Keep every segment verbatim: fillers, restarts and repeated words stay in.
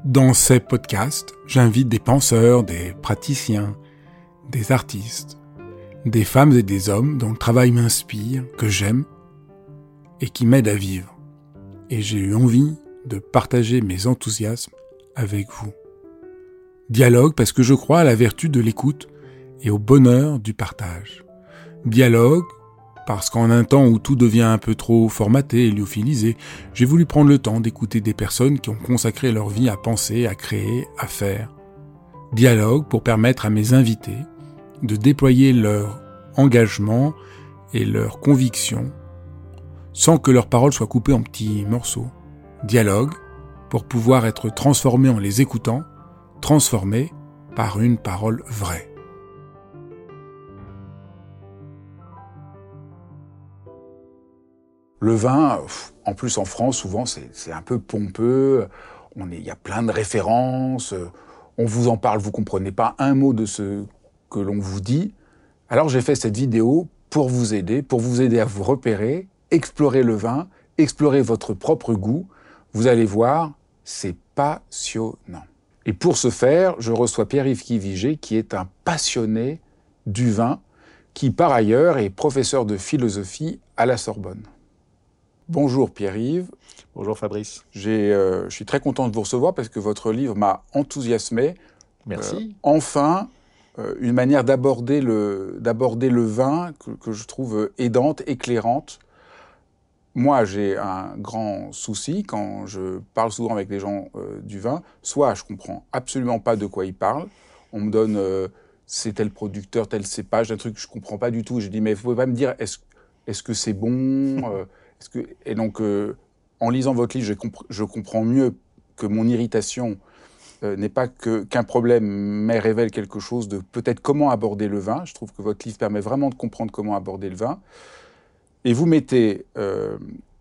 Dans ces podcasts, j'invite des penseurs, des praticiens, des artistes, des femmes et des hommes dont le travail m'inspire, que j'aime et qui m'aident à vivre. Et j'ai eu envie de partager mes enthousiasmes avec vous. Dialogue parce que je crois à la vertu de l'écoute et au bonheur du partage. Dialogue parce qu'en un temps où tout devient un peu trop formaté et lyophilisé, j'ai voulu prendre le temps d'écouter des personnes qui ont consacré leur vie à penser, à créer, à faire. Dialogue pour permettre à mes invités de déployer leur engagement et leur conviction sans que leurs paroles soient coupées en petits morceaux. Dialogue pour pouvoir être transformé en les écoutant, transformé par une parole vraie. Le vin, en plus en France, souvent, c'est, c'est un peu pompeux. On est, il y a plein de références. On vous en parle, vous comprenez pas un mot de ce que l'on vous dit. Alors j'ai fait cette vidéo pour vous aider, pour vous aider à vous repérer, explorer le vin, explorer votre propre goût. Vous allez voir, c'est passionnant. Et pour ce faire, je reçois Pierre-Yves Kivigé, qui est un passionné du vin, qui par ailleurs est professeur de philosophie à la Sorbonne. Bonjour Pierre-Yves. Bonjour Fabrice. J'ai, euh, je suis très content de vous recevoir parce que votre livre m'a enthousiasmé. Merci. Euh, enfin, euh, une manière d'aborder le, d'aborder le vin que, que je trouve aidante, éclairante. Moi, j'ai un grand souci quand je parle souvent avec les gens euh, du vin. Soit je comprends absolument pas de quoi ils parlent. On me donne euh, c'est tel producteur, tel cépage, un truc que je comprends pas du tout. Je dis mais vous pouvez pas me dire est-ce, est-ce que c'est bon euh, est-ce que... Et donc, euh, en lisant votre livre, je, compre- je comprends mieux que mon irritation euh, n'est pas que, qu'un problème, mais révèle quelque chose de peut-être comment aborder le vin. Je trouve que votre livre permet vraiment de comprendre comment aborder le vin. Et vous mettez euh,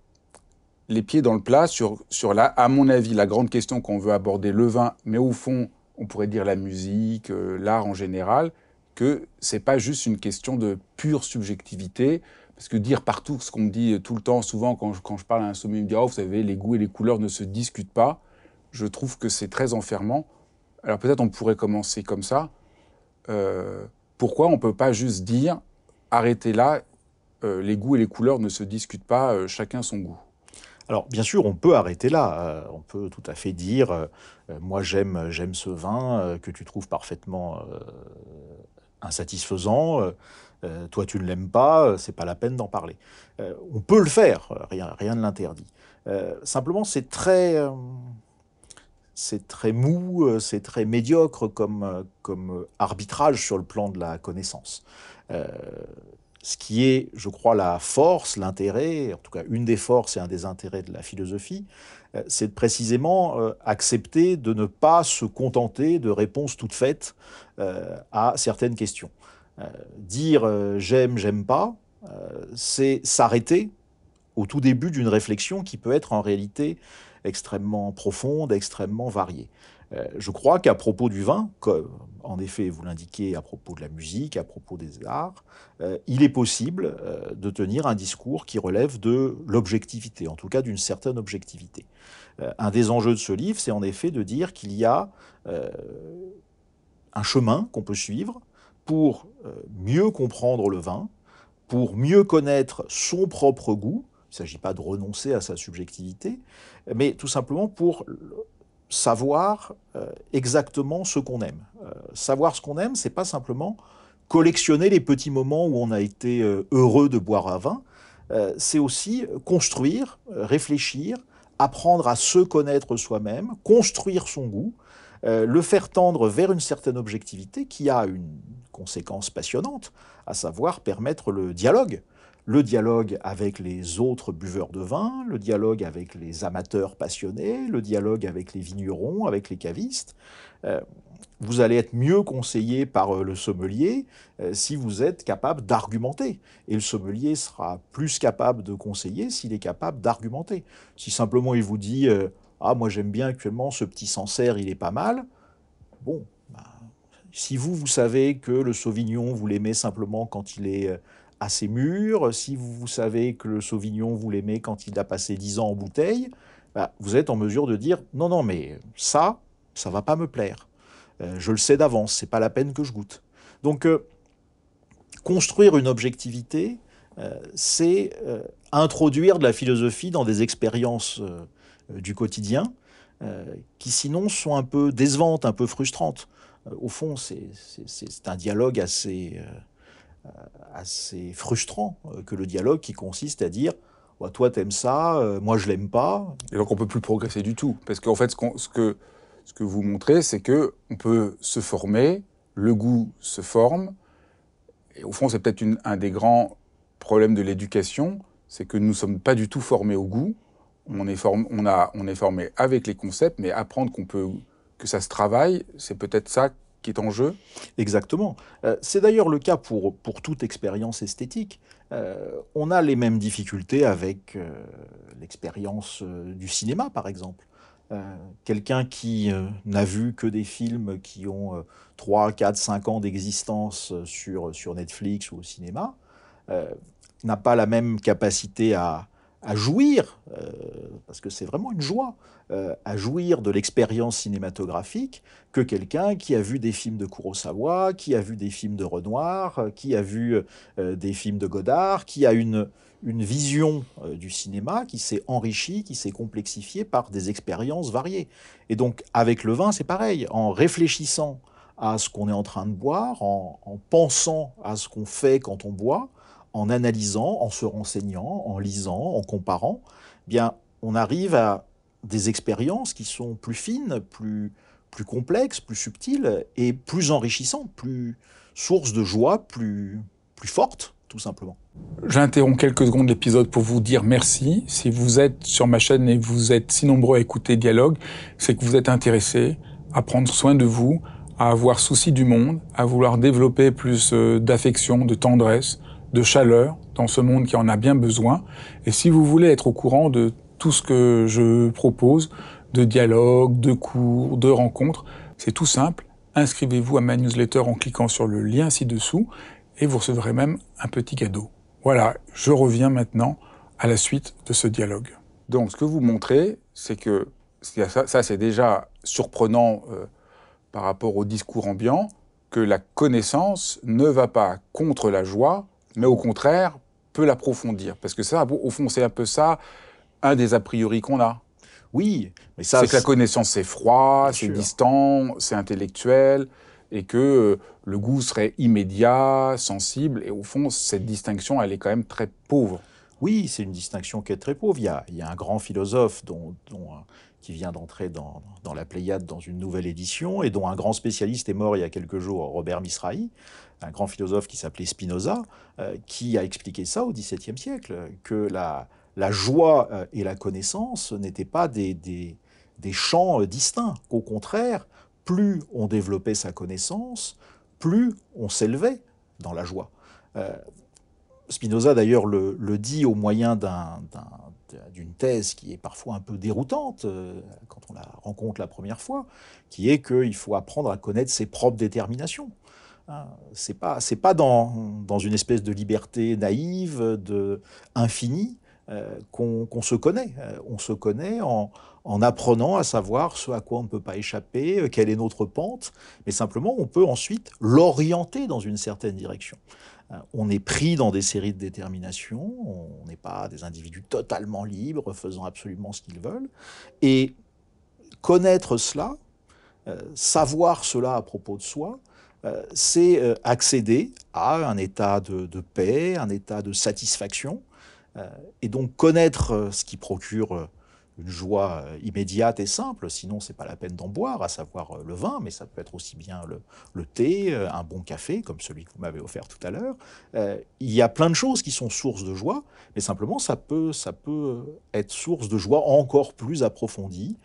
les pieds dans le plat sur, sur la, à mon avis, la grande question qu'on veut aborder le vin, mais au fond, on pourrait dire la musique, euh, l'art en général, que c'est pas juste une question de pure subjectivité. Parce que dire partout ce qu'on me dit tout le temps, souvent quand je, quand je parle à un sommelier, il me dit « Oh, vous savez, les goûts et les couleurs ne se discutent pas », je trouve que c'est très enfermant. Alors peut-être on pourrait commencer comme ça. Euh, pourquoi on ne peut pas juste dire « Arrêtez là, euh, les goûts et les couleurs ne se discutent pas, euh, chacun son goût ». Alors bien sûr, on peut arrêter là. Euh, on peut tout à fait dire euh, « Moi j'aime, j'aime ce vin euh, que tu trouves parfaitement euh, insatisfaisant. Euh, Euh, toi, tu ne l'aimes pas, euh, c'est pas la peine d'en parler. Euh, on peut le faire, rien, rien ne l'interdit. Euh, simplement, c'est très, euh, c'est très mou, euh, c'est très médiocre comme, euh, comme arbitrage sur le plan de la connaissance. Euh, ce qui est, je crois, la force, l'intérêt, en tout cas une des forces et un des intérêts de la philosophie, euh, c'est de précisément euh, accepter de ne pas se contenter de réponses toutes faites euh, à certaines questions. Euh, dire euh, j'aime, j'aime pas, euh, c'est s'arrêter au tout début d'une réflexion qui peut être en réalité extrêmement profonde, extrêmement variée. Euh, je crois qu'à propos du vin, comme en effet vous l'indiquez à propos de la musique, à propos des arts, euh, il est possible euh, de tenir un discours qui relève de l'objectivité, en tout cas d'une certaine objectivité. Euh, un des enjeux de ce livre, c'est en effet de dire qu'il y a euh, un chemin qu'on peut suivre pour mieux comprendre le vin, pour mieux connaître son propre goût. Il ne s'agit pas de renoncer à sa subjectivité, mais tout simplement pour savoir exactement ce qu'on aime. Savoir ce qu'on aime, c'est pas simplement collectionner les petits moments où on a été heureux de boire un vin, c'est aussi construire, réfléchir, apprendre à se connaître soi-même, construire son goût, Euh, le faire tendre vers une certaine objectivité qui a une conséquence passionnante, à savoir permettre le dialogue. Le dialogue avec les autres buveurs de vin, le dialogue avec les amateurs passionnés, le dialogue avec les vignerons, avec les cavistes. Euh, vous allez être mieux conseillé par le sommelier euh, si vous êtes capable d'argumenter. Et le sommelier sera plus capable de conseiller s'il est capable d'argumenter. Si simplement il vous dit euh, ah, moi j'aime bien actuellement ce petit Sancerre, il est pas mal. Bon, bah, si vous, vous savez que le Sauvignon, vous l'aimez simplement quand il est assez mûr, si vous, vous savez que le Sauvignon, vous l'aimez quand il a passé dix ans en bouteille, bah, vous êtes en mesure de dire non, non, mais ça, ça va pas me plaire. Euh, je le sais d'avance, c'est pas la peine que je goûte. Donc, euh, construire une objectivité, euh, c'est euh, introduire de la philosophie dans des expériences euh, du quotidien euh, qui sinon sont un peu décevantes, un peu frustrantes. Euh, au fond, c'est, c'est, c'est un dialogue assez, euh, assez frustrant euh, que le dialogue qui consiste à dire ouais, toi t'aimes ça, euh, moi je l'aime pas. Et donc on peut plus progresser du tout. Parce qu'en fait, ce, qu'on, ce, que, ce que vous montrez, c'est qu'on peut se former, le goût se forme, et au fond, c'est peut-être une, un des grands problèmes de l'éducation, c'est que nous ne sommes pas du tout formés au goût. On est, form, on, a, on est formé avec les concepts, mais apprendre qu'on peut, que ça se travaille, c'est peut-être ça qui est en jeu. Exactement. Euh, c'est d'ailleurs le cas pour, pour toute expérience esthétique. Euh, on a les mêmes difficultés avec euh, l'expérience euh, du cinéma, par exemple. Euh, quelqu'un qui euh, n'a vu que des films qui ont euh, trois, quatre, cinq ans d'existence sur, sur Netflix ou au cinéma, euh, n'a pas la même capacité à, à jouir, euh, parce que c'est vraiment une joie, euh, à jouir de l'expérience cinématographique que quelqu'un qui a vu des films de Kurosawa, qui a vu des films de Renoir, qui a vu euh, des films de Godard, qui a une, une vision euh, du cinéma qui s'est enrichie, qui s'est complexifiée par des expériences variées. Et donc avec le vin, c'est pareil, en réfléchissant à ce qu'on est en train de boire, en, en pensant à ce qu'on fait quand on boit, en analysant, en se renseignant, en lisant, en comparant, eh bien, on arrive à des expériences qui sont plus fines, plus, plus complexes, plus subtiles et plus enrichissantes, plus sources de joie, plus, plus fortes, tout simplement. J'interromps quelques secondes l'épisode pour vous dire merci. Si vous êtes sur ma chaîne et vous êtes si nombreux à écouter Dialogue, c'est que vous êtes intéressés à prendre soin de vous, à avoir souci du monde, à vouloir développer plus d'affection, de tendresse, de chaleur dans ce monde qui en a bien besoin. Et si vous voulez être au courant de tout ce que je propose, de dialogues, de cours, de rencontres, c'est tout simple. Inscrivez-vous à ma newsletter en cliquant sur le lien ci-dessous et vous recevrez même un petit cadeau. Voilà, je reviens maintenant à la suite de ce dialogue. Donc, ce que vous montrez, c'est que ça, ça c'est déjà surprenant euh, par rapport au discours ambiant, que la connaissance ne va pas contre la joie, mais au contraire, peut l'approfondir. Parce que ça, au fond, c'est un peu ça, un des a priori qu'on a. Oui, mais ça... C'est que la connaissance, c'est froid, c'est distant, c'est intellectuel, et que euh, le goût serait immédiat, sensible, et au fond, cette distinction, elle est quand même très pauvre. Oui, c'est une distinction qui est très pauvre. Il y a, il y a un grand philosophe dont, dont, qui vient d'entrer dans, dans la Pléiade dans une nouvelle édition, et dont un grand spécialiste est mort il y a quelques jours, Robert Misrahi, un grand philosophe qui s'appelait Spinoza, euh, qui a expliqué ça au dix-septième siècle, que la, la joie et la connaissance n'étaient pas des, des, des champs distincts, qu'au contraire, plus on développait sa connaissance, plus on s'élevait dans la joie. Euh, Spinoza, d'ailleurs, le, le dit au moyen d'un, d'un, d'une thèse qui est parfois un peu déroutante euh, quand on la rencontre la première fois, qui est qu'il faut apprendre à connaître ses propres déterminations. Hein, c'est pas, c'est pas dans, dans une espèce de liberté naïve, de infinie, euh, qu'on, qu'on se connaît. Euh, on se connaît en, en apprenant à savoir ce à quoi on ne peut pas échapper, euh, quelle est notre pente, mais simplement on peut ensuite l'orienter dans une certaine direction. On est pris dans des séries de déterminations, on n'est pas des individus totalement libres, faisant absolument ce qu'ils veulent. Et connaître cela, euh, savoir cela à propos de soi, euh, c'est euh, accéder à un état de, de paix, un état de satisfaction. Euh, et donc connaître euh, ce qui procure euh, une joie immédiate et simple, sinon c'est pas la peine d'en boire, à savoir le vin, mais ça peut être aussi bien le, le thé, un bon café, comme celui que vous m'avez offert tout à l'heure. Euh, il y a plein de choses qui sont sources de joie, mais simplement ça peut, ça peut être source de joie encore plus approfondie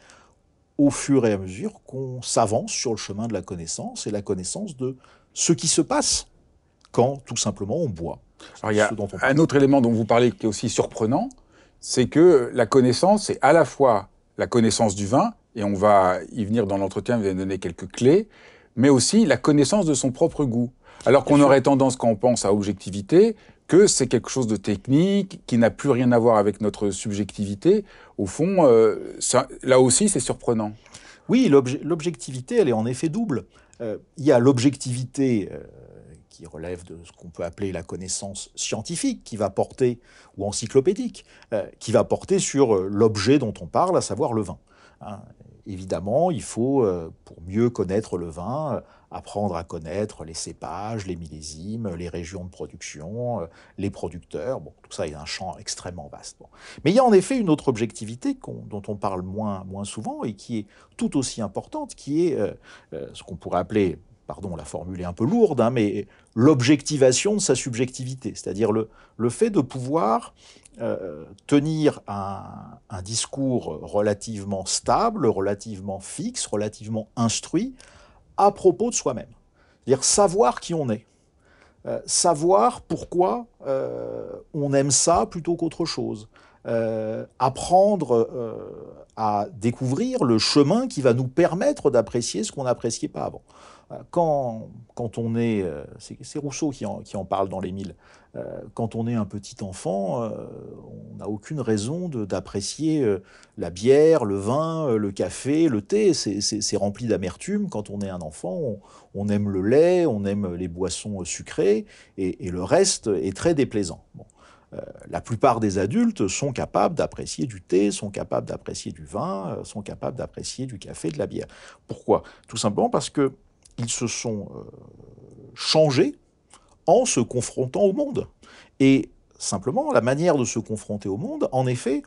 au fur et à mesure qu'on s'avance sur le chemin de la connaissance et la connaissance de ce qui se passe quand tout simplement on boit. Alors il y a un autre élément dont vous parlez qui est aussi surprenant, c'est que la connaissance, c'est à la fois la connaissance du vin, et on va y venir dans l'entretien, vous allez donner quelques clés, mais aussi la connaissance de son propre goût. Alors qu'on aurait tendance, quand on pense à objectivité, que c'est quelque chose de technique, qui n'a plus rien à voir avec notre subjectivité. Au fond, euh, ça, là aussi, c'est surprenant. Oui, l'obje- l'objectivité, elle est en effet double. Euh, il y a l'objectivité euh, qui relève de ce qu'on peut appeler la connaissance scientifique, qui va porter, ou encyclopédique, euh, qui va porter sur euh, l'objet dont on parle, à savoir le vin. Hein. Évidemment, il faut, euh, pour mieux connaître le vin, euh, apprendre à connaître les cépages, les millésimes, les régions de production, euh, les producteurs. Bon, tout ça est un champ extrêmement vaste. Bon. Mais il y a en effet une autre objectivité qu'on- dont on parle moins, moins souvent et qui est tout aussi importante, qui est euh, euh, ce qu'on pourrait appeler, pardon, la formule est un peu lourde, hein, mais l'objectivation de sa subjectivité, c'est-à-dire le, le fait de pouvoir euh, tenir un, un discours relativement stable, relativement fixe, relativement instruit à propos de soi-même. C'est-à-dire savoir qui on est. Euh, savoir pourquoi euh, on aime ça plutôt qu'autre chose. Euh, apprendre euh, à découvrir le chemin qui va nous permettre d'apprécier ce qu'on n'appréciait pas avant. Euh, Quand, quand on est, euh, c'est c'est Rousseau qui en, qui en parle dans l'Émile, euh, quand on est un petit enfant, euh, on n'a aucune raison de- d'apprécier euh, la bière, le vin, euh, le café, le thé. C'est c'est- c'est rempli d'amertume. Quand on est un enfant, on, on aime le lait, on aime les boissons sucrées, et, et le reste est très déplaisant. Bon. Euh, la plupart des adultes sont capables d'apprécier du thé, sont capables d'apprécier du vin, euh, sont capables d'apprécier du café, de la bière. Pourquoi? Tout simplement parce que ils se sont euh, changés en se confrontant au monde. Et simplement, la manière de se confronter au monde, en effet,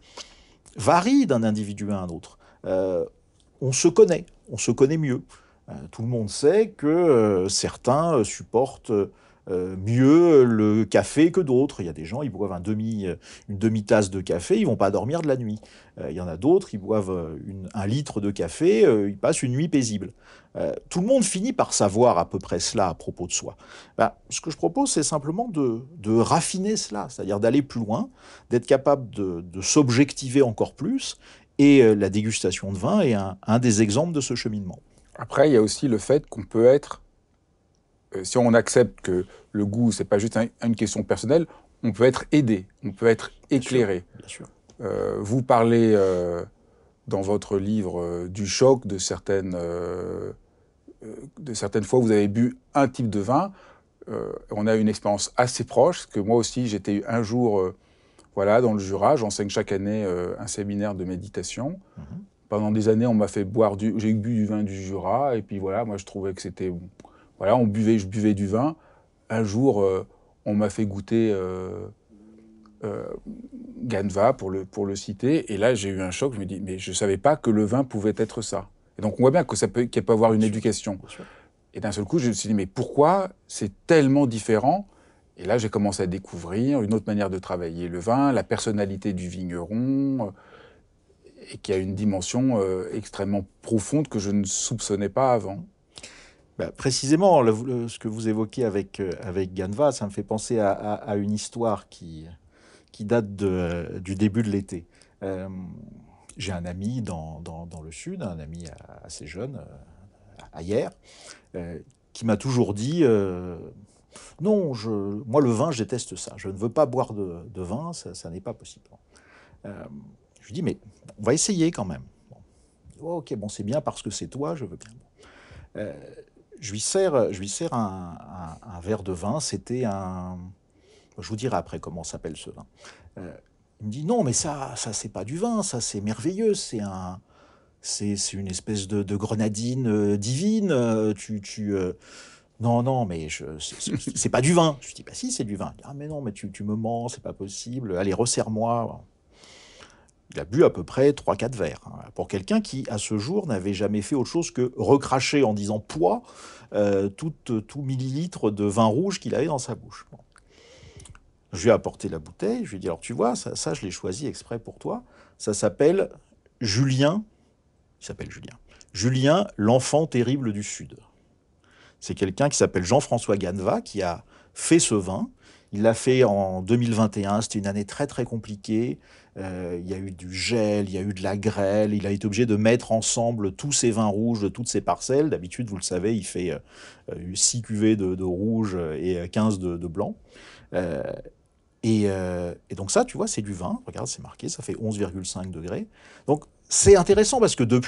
varie d'un individu à un autre. Euh, on se connaît, on se connaît mieux. Euh, tout le monde sait que euh, certains euh, supportent euh, mieux le café que d'autres. Il y a des gens, ils boivent un demi, euh, une demi-tasse de café, ils vont pas dormir de la nuit. Euh, il y en a d'autres, ils boivent euh, une- un litre de café, euh, ils passent une nuit paisible. Euh, tout le monde finit par savoir à peu près cela à propos de soi. Ben, ce que je propose, c'est simplement de, de raffiner cela, c'est-à-dire d'aller plus loin, d'être capable de, de s'objectiver encore plus, et euh, la dégustation de vin est un, un des exemples de ce cheminement. Après, il y a aussi le fait qu'on peut être, euh, si on accepte que le goût, c'est pas juste un- une question personnelle, on peut être aidé, on peut être Bien sûr, éclairé. bien sûr. Euh, vous parlez euh, dans votre livre euh, du choc de certaines, euh, euh, de certaines fois où vous avez bu un type de vin. Euh, on a une expérience assez proche, parce que moi aussi, j'étais un jour euh, voilà, dans le Jura, j'enseigne chaque année euh, un séminaire de méditation. Mhm. Pendant des années, on m'a fait boire du, j'ai bu du vin du Jura, et puis voilà, moi je trouvais que c'était, voilà, on buvait, je buvais du vin. Un jour, euh, on m'a fait goûter euh, euh, Ganva pour le, pour le citer, et là j'ai eu un choc. Je me dis, mais je savais pas que le vin pouvait être ça. Et donc on voit bien que ça peut, qu'il peut avoir Bien une sûr, éducation. bien sûr. Et d'un seul coup, je me suis dit, mais pourquoi c'est tellement différent? Et là, j'ai commencé à découvrir une autre manière de travailler le vin, la personnalité du vigneron, euh, et qui a une dimension euh, extrêmement profonde que je ne soupçonnais pas avant. Bah, précisément, le- le- ce que vous évoquez avec, euh, avec Ganva, ça me fait penser à, à- à une histoire qui, qui date de, euh, du début de l'été. Euh, j'ai un ami dans, dans- dans le sud, un ami a- assez jeune, euh, à hier, euh, qui m'a toujours dit euh, non, je, moi le vin, je déteste ça. Je ne veux pas boire de, de vin, ça, ça n'est pas possible. Euh, je lui dis mais on va essayer quand même. Bon. Oh, ok, bon, c'est bien parce que c'est toi, je veux bien. Euh, je lui sers, je lui sers un, un- un verre de vin. C'était un. Je vous dirai après comment s'appelle ce vin. Euh, il me dit non, mais ça, ça c'est pas du vin, ça c'est merveilleux, c'est un, c'est, c'est une espèce de, de grenadine euh, divine. euh, tu, tu, euh, non, non, mais je, c'est, c'est- c'est pas du vin. Je lui dis bah si, c'est du vin. Il dit, ah mais non, mais tu, tu me mens, c'est pas possible. Allez, resserre-moi. Il a bu à peu près trois quatre verres. Hein, pour quelqu'un qui, à ce jour, n'avait jamais fait autre chose que recracher en disant poids euh, tout, tout millilitre de vin rouge qu'il avait dans sa bouche. Bon. Je lui ai apporté la bouteille, je lui ai dit, alors tu vois, ça, ça je l'ai choisi exprès pour toi. Ça s'appelle Julien, il s'appelle Julien. Julien, l'enfant terrible du Sud. C'est quelqu'un qui s'appelle Jean-François Ganva qui a fait ce vin. Il l'a fait en deux mille vingt et un, c'était une année très très compliquée. Euh, il y a eu du gel, il y a eu de la grêle, il a été obligé de mettre ensemble tous ses vins rouges de toutes ses parcelles. D'habitude, vous le savez, il fait euh, six cuvées de, de rouge et quinze de, de blanc. Euh, et, euh, et donc ça, tu vois, c'est du vin. Regarde, c'est marqué, ça fait onze virgule cinq degrés. Donc c'est intéressant parce que depuis,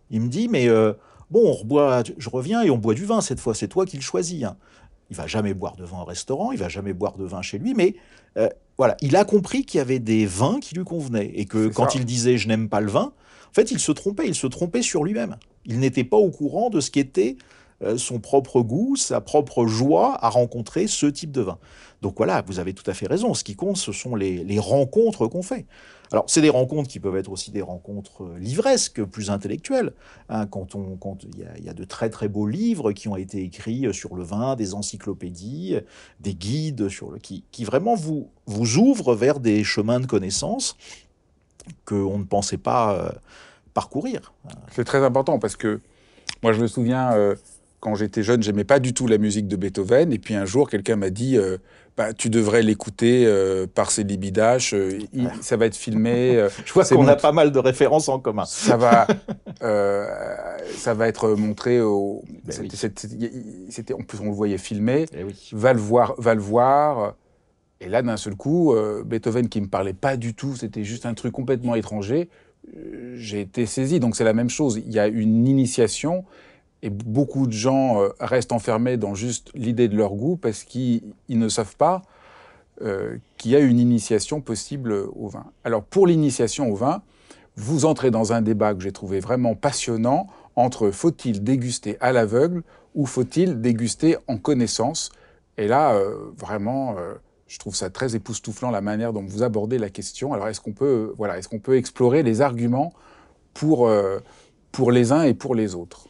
Il me dit, mais euh, bon, on reboit, je reviens et on boit du vin cette fois, c'est toi qui le choisis. Hein. Il va jamais boire de vin au restaurant, il va jamais boire de vin chez lui, mais euh, voilà, il a compris qu'il y avait des vins qui lui convenaient et que C'est quand ça. il disait je n'aime pas le vin, en fait, il se trompait, il se trompait sur lui-même. Il n'était pas au courant de ce qu'était euh, son propre goût, sa propre joie à rencontrer ce type de vin. Donc voilà, vous avez tout à fait raison. Ce qui compte, ce sont les, les rencontres qu'on fait. Alors, c'est des rencontres qui peuvent être aussi des rencontres euh, livresques, plus intellectuelles. Hein, quand on, quand il y a, il y a de très très beaux livres qui ont été écrits sur le vin, des encyclopédies, des guides sur le, qui, qui vraiment vous, vous ouvrent vers des chemins de connaissances qu'on ne pensait pas euh, parcourir. C'est très important parce que moi, je me souviens, euh, quand j'étais jeune, j'aimais pas du tout la musique de Beethoven. Et puis un jour, quelqu'un m'a dit euh, bah, tu devrais l'écouter euh, par Céline Bidache, euh, il- ça va être filmé. euh, Je vois c'est qu'on a mont- pas mal de références en commun. ça va, euh, ça va être montré au. Ben C'était, oui. c'était, c'était- en plus, on le voyait filmé. Eh oui. Va le voir, va le voir. Et là, d'un seul coup, euh, Beethoven qui me parlait pas du tout, c'était juste un truc complètement étranger. euh, J'ai été saisi. Donc c'est la même chose. Il y a une initiation. Et beaucoup de gens euh, restent enfermés dans juste l'idée de leur goût parce qu'ils ils ne savent pas euh, qu'il y a une initiation possible au vin. Alors pour l'initiation au vin, vous entrez dans un débat que j'ai trouvé vraiment passionnant entre faut-il déguster à l'aveugle ou faut-il déguster en connaissance. Et là, euh, vraiment, euh, je trouve ça très époustouflant la manière dont vous abordez la question. Alors est-ce qu'on peut, voilà, est-ce qu'on peut explorer les arguments pour, euh, pour les uns et pour les autres?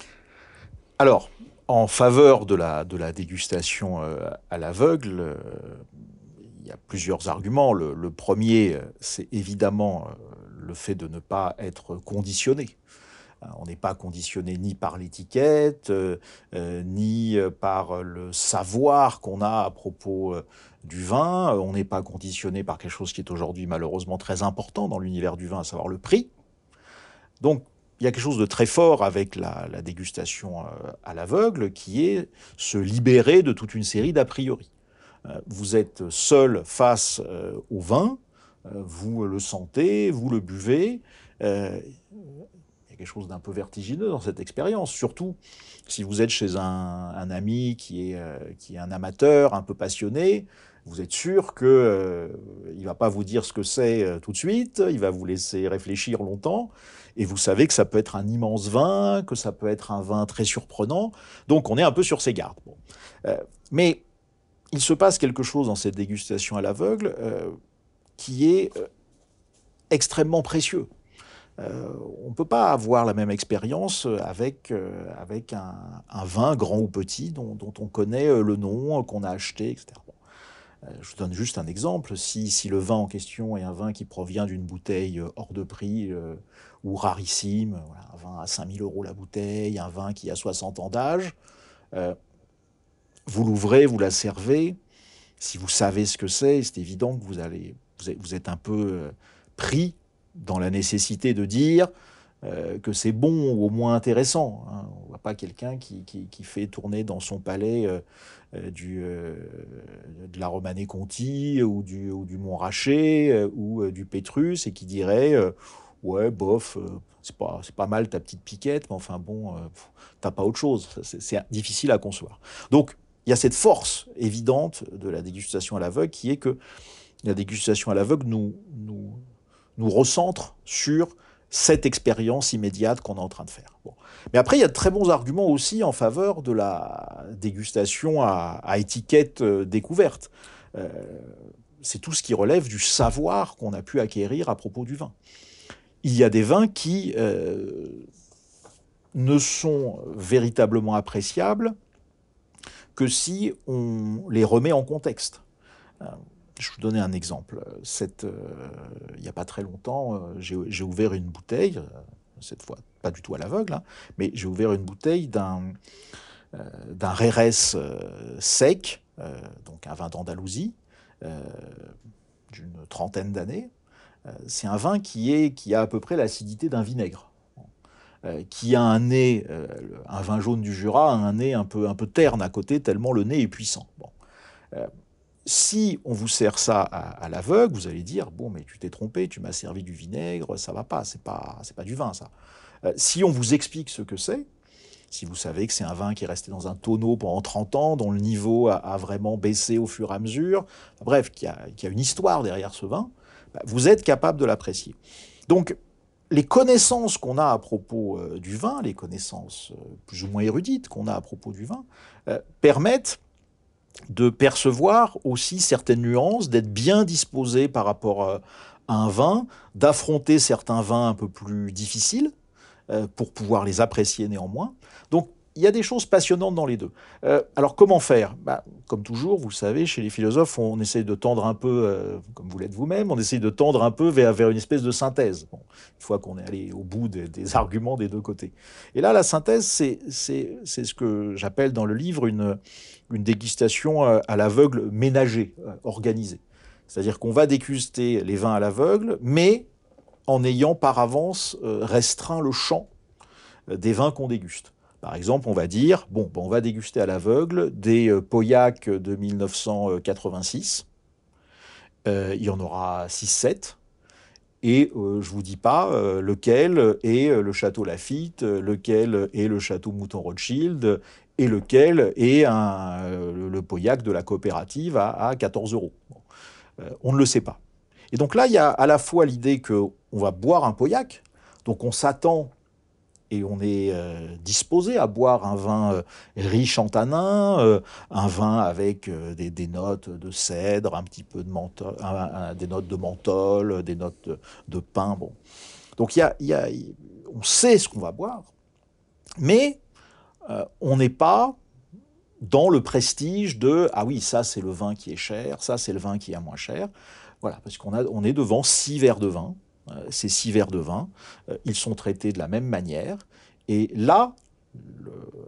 Alors, en faveur de la, de la dégustation euh, à l'aveugle, euh, il y a plusieurs arguments. Le, le premier, euh, c'est évidemment euh, le fait de ne pas être conditionné. Euh, On n'est pas conditionné ni par l'étiquette, euh, euh, ni euh, par le savoir qu'on a à propos euh, du vin. Euh, On n'est pas conditionné par quelque chose qui est aujourd'hui malheureusement très important dans l'univers du vin, à savoir le prix. Donc, il y a quelque chose de très fort avec la, la dégustation euh, à l'aveugle, qui est se libérer de toute une série d'a priori. Euh, vous êtes seul face euh, au vin, euh, vous le sentez, vous le buvez. Euh, il y a quelque chose d'un peu vertigineux dans cette expérience, surtout si vous êtes chez un, un ami qui est, euh, qui est un amateur, un peu passionné. Vous êtes sûr qu'il euh, ne va pas vous dire ce que c'est euh, tout de suite, il va vous laisser réfléchir longtemps, et vous savez que ça peut être un immense vin, que ça peut être un vin très surprenant, donc on est un peu sur ses gardes. Bon. Euh, mais il se passe quelque chose dans cette dégustation à l'aveugle euh, qui est euh, extrêmement précieux. Euh, on ne peut pas avoir la même expérience avec, euh, avec un, un vin grand ou petit dont, dont on connaît euh, le nom, euh, qu'on a acheté, et cetera. Bon. Euh, je vous donne juste un exemple. Si, si le vin en question est un vin qui provient d'une bouteille euh, hors de prix euh, ou rarissime, voilà, un vin à cinq mille euros la bouteille, un vin qui a soixante ans d'âge, euh, vous l'ouvrez, vous la servez. Si vous savez ce que c'est, c'est évident que vous, allez, vous, êtes, vous êtes un peu euh, pris dans la nécessité de dire euh, que c'est bon ou au moins intéressant. Hein. On ne voit pas quelqu'un qui, qui, qui fait tourner dans son palais euh, euh, du, euh, de la Romanée Conti ou du, ou du Montrachet euh, ou euh, du Pétrus et qui dirait euh, ouais, bof, euh, c'est pas, c'est pas mal ta petite piquette, mais enfin bon, euh, t'as pas autre chose. C'est, c'est difficile à concevoir. Donc, il y a cette force évidente de la dégustation à l'aveugle qui est que la dégustation à l'aveugle nous, nous, nous recentre sur cette expérience immédiate qu'on est en train de faire. Bon. Mais après, il y a de très bons arguments aussi en faveur de la dégustation à, à étiquette euh, découverte. Euh, c'est tout ce qui relève du savoir qu'on a pu acquérir à propos du vin. Il y a des vins qui euh, ne sont véritablement appréciables que si on les remet en contexte. Euh, je vais vous donner un exemple. Cette, euh, il n'y a pas très longtemps, euh, j'ai, j'ai ouvert une bouteille, euh, cette fois pas du tout à l'aveugle, hein, mais j'ai ouvert une bouteille d'un, euh, d'un Rérès euh, sec, euh, donc un vin d'Andalousie, euh, d'une trentaine d'années. Euh, c'est un vin qui, est, qui a à peu près l'acidité d'un vinaigre. Euh, qui a un nez, euh, un vin jaune du Jura, a un nez un peu, un peu terne à côté, tellement le nez est puissant. Bon. Euh, si on vous sert ça à, à l'aveugle, vous allez dire, bon, mais tu t'es trompé, tu m'as servi du vinaigre, ça va pas, c'est pas, c'est pas du vin, ça. Euh, si on vous explique ce que c'est, si vous savez que c'est un vin qui est resté dans un tonneau pendant trente ans, dont le niveau a, a vraiment baissé au fur et à mesure, bref, qu'il y a, qu'il y a une histoire derrière ce vin, bah, vous êtes capable de l'apprécier. Donc, les connaissances qu'on a à propos euh, du vin, les connaissances euh, plus ou moins érudites qu'on a à propos du vin, euh, permettent de percevoir aussi certaines nuances, d'être bien disposé par rapport euh, à un vin, d'affronter certains vins un peu plus difficiles, euh, pour pouvoir les apprécier néanmoins. Donc, il y a des choses passionnantes dans les deux. Euh, alors, comment faire? Bah, comme toujours, vous le savez, chez les philosophes, on essaye de tendre un peu, euh, comme vous l'êtes vous-même, on essaye de tendre un peu vers, vers une espèce de synthèse, bon, une fois qu'on est allé au bout des, des arguments des deux côtés. Et là, la synthèse, c'est, c'est, c'est ce que j'appelle dans le livre une, une dégustation à l'aveugle ménagée, euh, organisée. C'est-à-dire qu'on va déguster les vins à l'aveugle, mais en ayant par avance euh, restreint le champ euh, des vins qu'on déguste. Par exemple, on va dire, bon, ben on va déguster à l'aveugle des euh, Pauillac de mille neuf cent quatre-vingt-six. Euh, il y en aura six sept. Et euh, je ne vous dis pas euh, lequel est le Château Lafite, lequel est le Château Mouton Rothschild, et lequel est un, euh, le Pauillac de la coopérative à, à quatorze euros. Bon. Euh, on ne le sait pas. Et donc là, il y a à la fois l'idée qu'on va boire un Pauillac, donc on s'attend et on est euh, disposé à boire un vin euh, riche en tanins, euh, un vin avec euh, des, des notes de cèdre, un petit peu de menthol, un, un, des notes de menthol, des notes de, de pin. Bon. Donc il y a, il y a, on sait ce qu'on va boire, mais euh, on n'est pas dans le prestige de « ah oui, ça c'est le vin qui est cher, ça c'est le vin qui est moins cher ». Voilà, parce qu'on a, on est devant six verres de vin. Euh, ces six verres de vin, euh, ils sont traités de la même manière. Et là, le,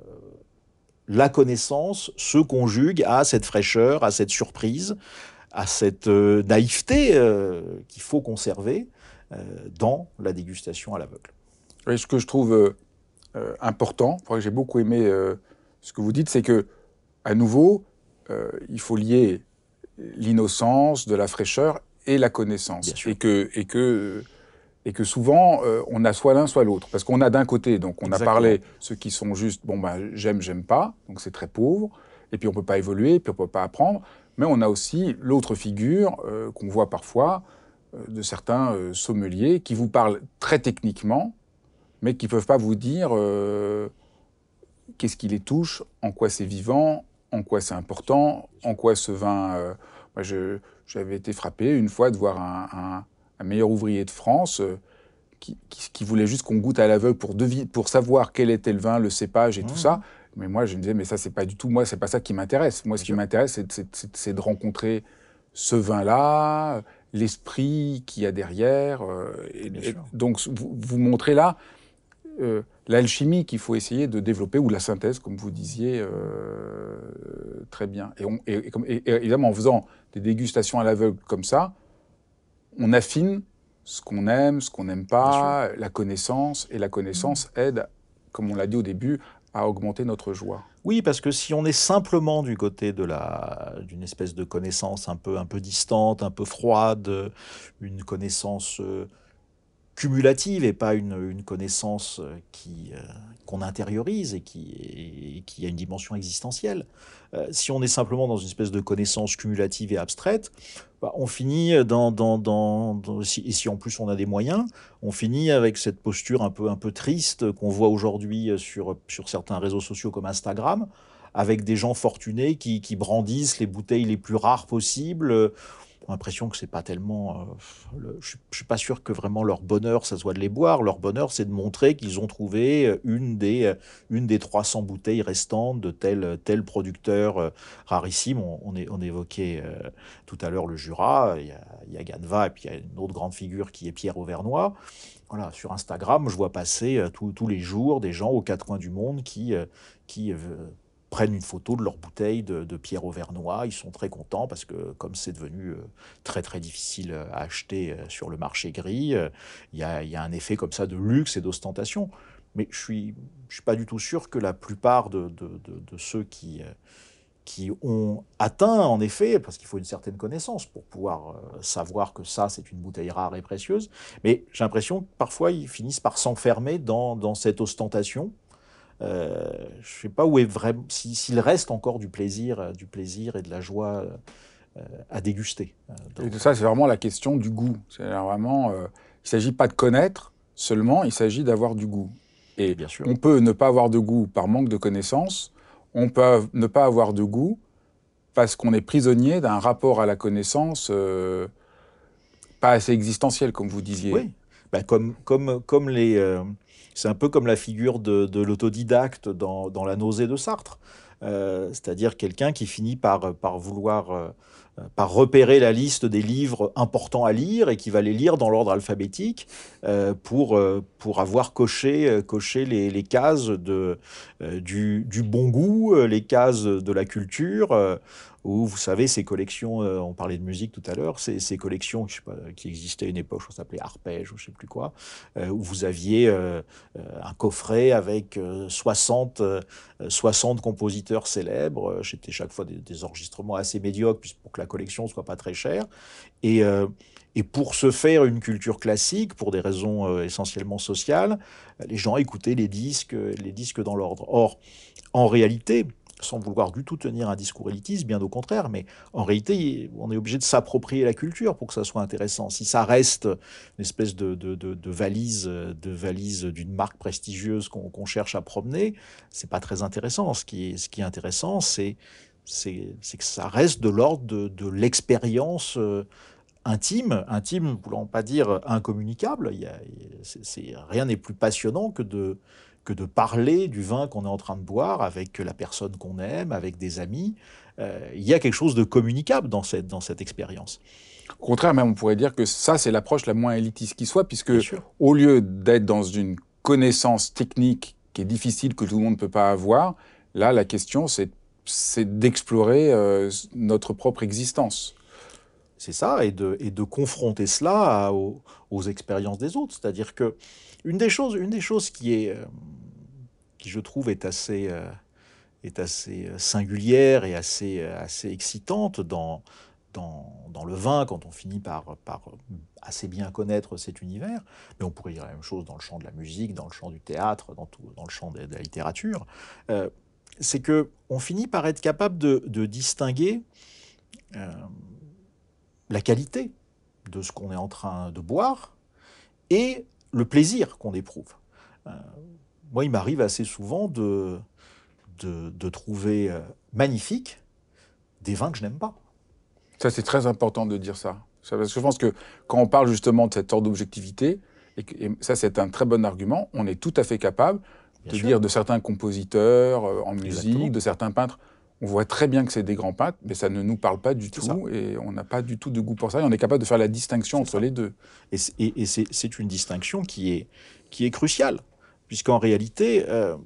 la connaissance se conjugue à cette fraîcheur, à cette surprise, à cette euh, naïveté euh, qu'il faut conserver euh, dans la dégustation à l'aveugle. Oui, ce que je trouve euh, euh, important, que j'ai beaucoup aimé euh, ce que vous dites, c'est que, à nouveau, euh, il faut lier l'innocence, de la fraîcheur et la connaissance. Et que, et, que, et que souvent, euh, on a soit l'un, soit l'autre. Parce qu'on a d'un côté, donc on Exactement. a parlé ceux qui sont juste, bon, ben, j'aime, j'aime pas, donc c'est très pauvre, et puis on peut pas évoluer, puis on peut pas apprendre. Mais on a aussi l'autre figure euh, qu'on voit parfois, euh, de certains euh, sommeliers qui vous parlent très techniquement, mais qui peuvent pas vous dire euh, qu'est-ce qui les touche, en quoi c'est vivant, en quoi c'est important, en quoi ce vin... Euh, moi, je, j'avais été frappé une fois de voir un, un, un meilleur ouvrier de France euh, qui, qui, qui voulait juste qu'on goûte à l'aveugle pour, devi- pour savoir quel était le vin, le cépage et mmh. tout ça. Mais moi, je me disais, mais ça, c'est pas du tout... Moi, c'est pas ça qui m'intéresse. Moi, ce qui m'intéresse, c'est, c'est, c'est, c'est de rencontrer ce vin-là, l'esprit qu'il y a derrière. Euh, et, et donc, vous, vous montrez là... Euh, l'alchimie qu'il faut essayer de développer, ou la synthèse, comme vous disiez euh, très bien. Et, on, et, et, et évidemment, en faisant des dégustations à l'aveugle comme ça, on affine ce qu'on aime, ce qu'on n'aime pas, la connaissance, et la connaissance mmh. aide, comme on l'a dit au début, à augmenter notre joie. Oui, parce que si on est simplement du côté de la, d'une espèce de connaissance un peu, un peu distante, un peu froide, une connaissance... Euh, cumulative et pas une, une connaissance qui, euh, qu'on intériorise et qui, et qui a une dimension existentielle. Euh, si on est simplement dans une espèce de connaissance cumulative et abstraite, bah, on finit dans, dans, dans, dans si, et si en plus on a des moyens, on finit avec cette posture un peu, un peu triste qu'on voit aujourd'hui sur, sur certains réseaux sociaux comme Instagram, avec des gens fortunés qui, qui brandissent les bouteilles les plus rares possibles. J'ai l'impression que c'est pas tellement... Euh, le, je, je suis pas sûr que vraiment leur bonheur, ça soit de les boire. Leur bonheur, c'est de montrer qu'ils ont trouvé une des, une des trois cents bouteilles restantes de tel, tel producteur euh, rarissime. On, on, est, on évoquait euh, tout à l'heure le Jura, il y a, il y a Ganeva, et puis il y a une autre grande figure qui est Pierre Auvernois. Voilà, sur Instagram, je vois passer euh, tous, tous les jours des gens aux quatre coins du monde qui... Euh, qui euh, prennent une photo de leur bouteille de, de Pierre Auvernois. Ils sont très contents parce que comme c'est devenu euh, très très difficile à acheter euh, sur le marché gris, il euh, y, a, y a un effet comme ça de luxe et d'ostentation. Mais je suis, je suis pas du tout sûr que la plupart de, de, de, de ceux qui, euh, qui ont atteint, en effet, parce qu'il faut une certaine connaissance pour pouvoir euh, savoir que ça, c'est une bouteille rare et précieuse, mais j'ai l'impression que parfois, ils finissent par s'enfermer dans, dans cette ostentation. Euh, je ne sais pas où est vraiment, si- s'il reste encore du plaisir, euh, du plaisir et de la joie euh, à déguster. euh, Et dans- tout ça, c'est vraiment la question du goût. C'est vraiment, euh, il ne s'agit pas de connaître seulement, il s'agit d'avoir du goût. Et Bien sûr. on peut ne pas avoir de goût par manque de connaissances, on peut av- ne pas avoir de goût parce qu'on est prisonnier d'un rapport à la connaissance euh, pas assez existentiel, comme vous disiez. Oui, ben comme, comme, comme les, euh, c'est un peu comme la figure de, de l'autodidacte dans, dans La nausée de Sartre. Euh, c'est-à-dire quelqu'un qui finit par, par vouloir, euh, par repérer la liste des livres importants à lire et qui va les lire dans l'ordre alphabétique euh, pour, euh, pour avoir coché, euh, coché les, les cases de, euh, du, du bon goût, euh, les cases de la culture. Euh, où vous savez, ces collections, euh, on parlait de musique tout à l'heure, ces, ces collections je sais pas, qui existaient à une époque, ça s'appelait Arpège ou je sais plus quoi, euh, où vous aviez euh, euh, un coffret avec euh, soixante, euh, soixante compositeurs célèbres. C'était chaque fois des, des enregistrements assez médiocres puisque- pour que la collection soit pas très chère. Et, euh, et pour se faire une culture classique, pour des raisons euh, essentiellement sociales, les gens écoutaient les disques, les disques dans l'ordre. Or, en réalité, sans vouloir du tout tenir un discours élitiste, bien au contraire, mais en réalité, on est obligé de s'approprier la culture pour que ça soit intéressant. Si ça reste une espèce de, de, de, de valise, de valise d'une marque prestigieuse qu'on qu'on cherche à promener, c'est pas très intéressant. Ce qui est, ce qui est intéressant, c'est c'est c'est que ça reste de l'ordre de, de l'expérience euh, intime, intime, ne voulant pas dire incommunicable. Il y a, c'est, c'est- rien n'est plus passionnant que de, que de parler du vin qu'on est en train de boire avec la personne qu'on aime, avec des amis. Euh, il y a quelque chose de communicable dans cette, dans cette expérience, Au contraire, même on pourrait dire que ça, c'est l'approche la moins élitiste qui soit, puisque bien sûr. au lieu d'être dans une connaissance technique qui est difficile, que tout le monde ne peut pas avoir, là, la question, c'est c'est d'explorer euh, notre propre existence. C'est ça, et de, et de confronter cela à- aux, aux expériences des autres. C'est-à-dire que une des choses, une des choses qui est, euh, qui je trouve est assez, euh, est assez euh, singulière et assez, euh, assez excitante dans, dans, dans le vin, quand on finit par, par assez bien connaître cet univers. Mais on pourrait dire la même chose dans le champ de la musique, dans le champ du théâtre, dans, tout, dans le champ de, de la littérature. Euh, c'est que on finit par être capable de, de distinguer euh, la qualité de ce qu'on est en train de boire et le plaisir qu'on éprouve. Euh, moi, il m'arrive assez souvent de, de, de trouver euh, magnifiques des vins que je n'aime pas. Ça, c'est très important de dire ça. Ça, parce que je pense que quand on parle justement de cet ordre d'objectivité, et, que- et ça, c'est un très bon argument, on est tout à fait capable Bien de sûr, dire de certains compositeurs euh, en musique, exactement. de certains peintres, on voit très bien que c'est des grands peintres, mais ça ne nous parle pas du C'est ça, tout, et on n'a pas du tout de goût pour ça, et on est capable de faire la distinction c'est entre ça. les deux. Et, c'est- et- et c'est c'est une distinction qui est, qui est cruciale, puisqu'en réalité, euh,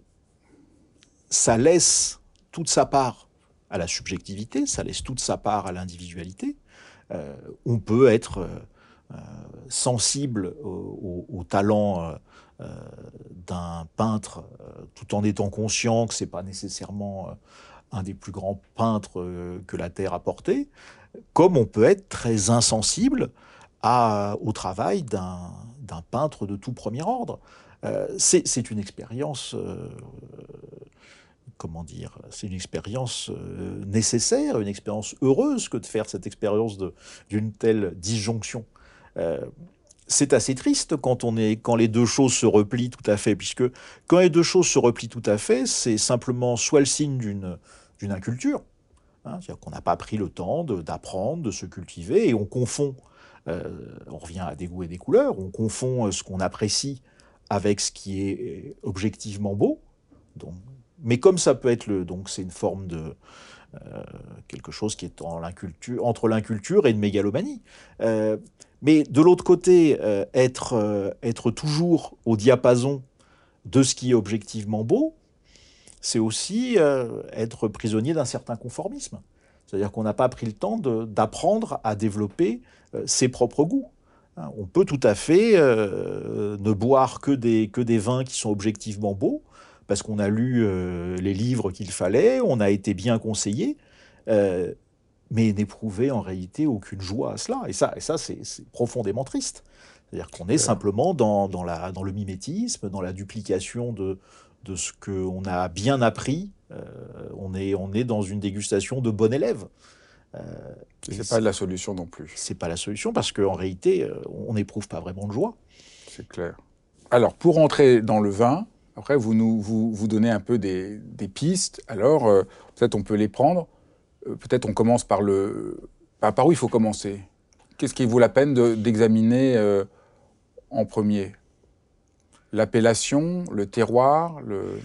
ça laisse toute sa part à la subjectivité, ça laisse toute sa part à l'individualité. Euh, on peut être euh, euh, sensible au, au- au talent euh, euh, d'un peintre euh, tout en étant conscient que c'est pas nécessairement euh, un des plus grands peintres euh, que la Terre a porté, comme on peut être très insensible à- au travail d'un d'un peintre de tout premier ordre. Euh, c'est c'est une expérience, euh, comment dire, c'est une expérience euh, nécessaire, une expérience heureuse que de faire cette expérience de- d'une telle disjonction. Euh, c'est assez triste quand, on est, quand les deux choses se replient tout à fait, puisque quand les deux choses se replient tout à fait, c'est simplement soit le signe d'une d'une inculture, hein, c'est-à-dire qu'on n'a pas pris le temps de- d'apprendre, de se cultiver, et on confond, euh, on revient à des goûts et des couleurs, on confond euh, ce qu'on apprécie avec ce qui est euh, objectivement beau. Donc, mais comme ça peut être le, donc c'est une forme de euh, quelque chose qui est en l'inculture, entre l'inculture et une mégalomanie. Euh, mais de l'autre côté, euh, être, euh, être toujours au diapason de ce qui est objectivement beau, c'est aussi euh, être prisonnier d'un certain conformisme. C'est-à-dire qu'on n'a pas pris le temps de- d'apprendre à développer euh, ses propres goûts. Hein, on peut tout à fait euh, ne boire que des, que des vins qui sont objectivement beaux, parce qu'on a lu euh, les livres qu'il fallait, on a été bien conseillé, euh, mais n'éprouver en réalité aucune joie à cela. Et ça, et ça c'est, c'est profondément triste. C'est-à-dire qu'on est simplement dans, dans, la, dans le mimétisme, dans la duplication de, de ce qu'on a bien appris. Euh, on, est, on est dans une dégustation de bon élève. Euh, c'est pas la solution non plus. C'est pas la solution parce qu'en réalité, euh, on n'éprouve pas vraiment de joie. C'est clair. Alors, pour entrer dans le vin, après, vous nous vous, vous donnez un peu des, des pistes. Alors, euh, peut-être on peut les prendre. Euh, peut-être on commence par le... Par, par où il faut commencer? Qu'est-ce qui vaut la peine de, d'examiner euh, en premier? L'appellation, le terroir, le...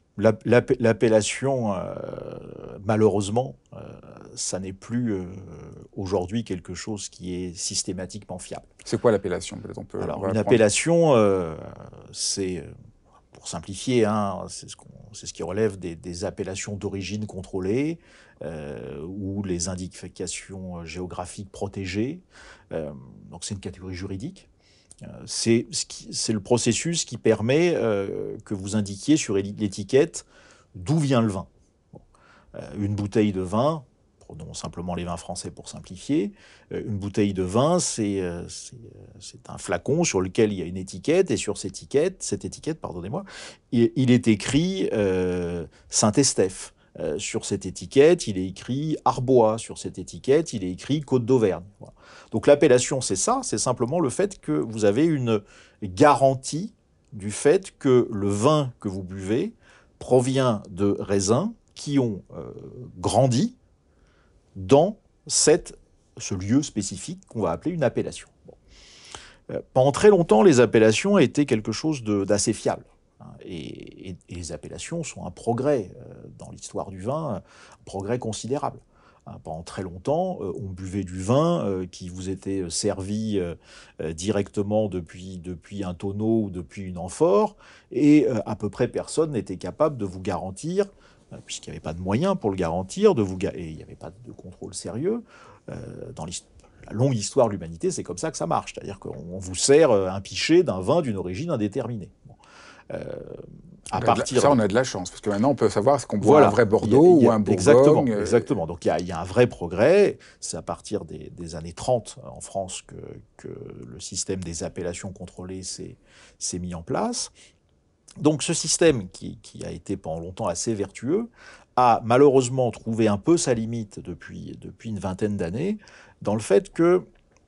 L'appellation, euh, malheureusement, euh, ça n'est plus euh, aujourd'hui quelque chose qui est systématiquement fiable. C'est quoi l'appellation? Peut-être on peut. Alors, on une appellation, euh, c'est, pour simplifier, hein, c'est, ce qu'on, c'est ce qui relève des, des appellations d'origine contrôlée euh, ou les indications géographiques protégées. Euh, donc, c'est une catégorie juridique. C'est, c'est le processus qui permet euh, que vous indiquiez sur l'étiquette d'où vient le vin. Bon. Euh, une bouteille de vin, prenons simplement les vins français pour simplifier, euh, une bouteille de vin, c'est, euh, c'est, c'est un flacon sur lequel il y a une étiquette, et sur cette étiquette, cette étiquette pardonnez-moi, il, il est écrit euh, Saint-Estèphe. Euh, sur cette étiquette, il est écrit Arbois. Sur cette étiquette, il est écrit Côte d'Auvergne. Voilà. Donc l'appellation, c'est ça, c'est simplement le fait que vous avez une garantie du fait que le vin que vous buvez provient de raisins qui ont euh, grandi dans cette, ce lieu spécifique qu'on va appeler une appellation. Bon. Euh, pendant très longtemps, les appellations étaient quelque chose de, d'assez fiable. Et, et, et les appellations sont un progrès euh, dans l'histoire du vin, un progrès considérable. Hein, pendant très longtemps, euh, on buvait du vin euh, qui vous était servi euh, euh, directement depuis, depuis un tonneau ou depuis une amphore, et euh, à peu près personne n'était capable de vous garantir, euh, puisqu'il n'y avait pas de moyens pour le garantir, de vous ga- et il n'y avait pas de contrôle sérieux. Euh, dans l'histoire, la longue histoire de l'humanité, c'est comme ça que ça marche. C'est-à-dire qu'on vous sert un pichet d'un vin d'une origine indéterminée. Bon. Euh, à partir... Ça, on a de la chance, parce que maintenant, on peut savoir ce qu'on boit voilà. un vrai Bordeaux a, a, ou un Bourgogne. Exactement, exactement. Donc, il y a, il y a un vrai progrès. C'est à partir des, des années trente, en France, que, que le système des appellations contrôlées s'est, s'est mis en place. Donc, ce système, qui, qui a été pendant longtemps assez vertueux, a malheureusement trouvé un peu sa limite depuis, depuis une vingtaine d'années, dans le fait que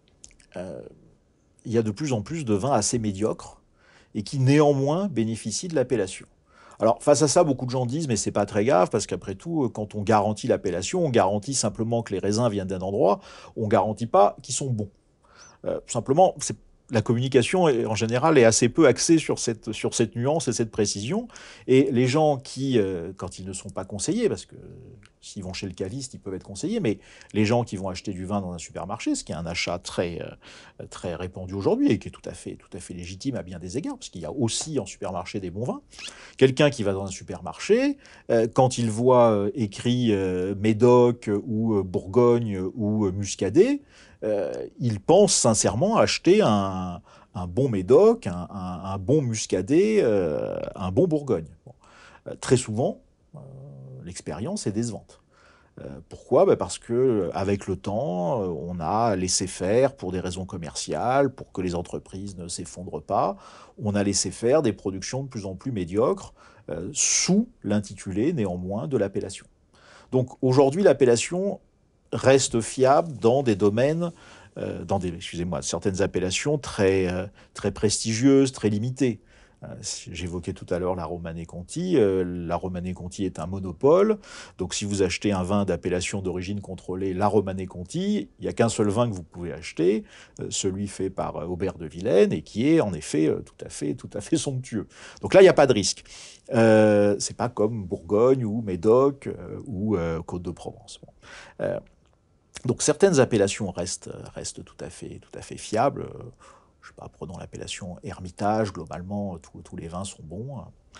euh, il y a de plus en plus de vins assez médiocres, et qui néanmoins bénéficient de l'appellation. Alors face à ça, beaucoup de gens disent « mais c'est pas très grave, parce qu'après tout, quand on garantit l'appellation, on garantit simplement que les raisins viennent d'un endroit, on garantit pas qu'ils sont bons. Euh, » Simplement, c'est, la communication en général est assez peu axée sur cette, sur cette nuance et cette précision, et les gens qui, euh, quand ils ne sont pas conseillés, parce que s'ils vont chez le caviste, ils peuvent être conseillés, mais les gens qui vont acheter du vin dans un supermarché, ce qui est un achat très, euh, très répandu aujourd'hui et qui est tout à fait, tout à fait légitime à bien des égards, parce qu'il y a aussi en supermarché des bons vins. Quelqu'un qui va dans un supermarché, euh, quand il voit euh, écrit euh, Médoc ou euh, Bourgogne ou euh, Muscadet, euh, il pense sincèrement acheter un, un bon Médoc, un, un, un bon Muscadet, euh, un bon Bourgogne. Bon. Euh, très souvent, euh, l'expérience est décevante. Euh, pourquoi ? Ben parce que avec le temps, euh, on a laissé faire pour des raisons commerciales, pour que les entreprises ne s'effondrent pas. On a laissé faire des productions de plus en plus médiocres euh, sous l'intitulé néanmoins de l'appellation. Donc aujourd'hui, l'appellation reste fiable dans des domaines, euh, dans des, excusez-moi, certaines appellations très, euh, très prestigieuses, très limitées. J'évoquais tout à l'heure la Romanée-Conti. Euh, la Romanée-Conti est un monopole. Donc, si vous achetez un vin d'appellation d'origine contrôlée, la Romanée-Conti, il n'y a qu'un seul vin que vous pouvez acheter, euh, celui fait par euh, Aubert de Vilaine, et qui est en effet euh, tout à fait, tout à fait somptueux. Donc là, il n'y a pas de risque. Euh, c'est pas comme Bourgogne ou Médoc euh, ou euh, Côte-de-Provence. Bon. Euh, donc, certaines appellations restent, restent tout à fait, tout à fait fiables. Je ne sais pas, prenons l'appellation Hermitage, globalement, tous, tous les vins sont bons.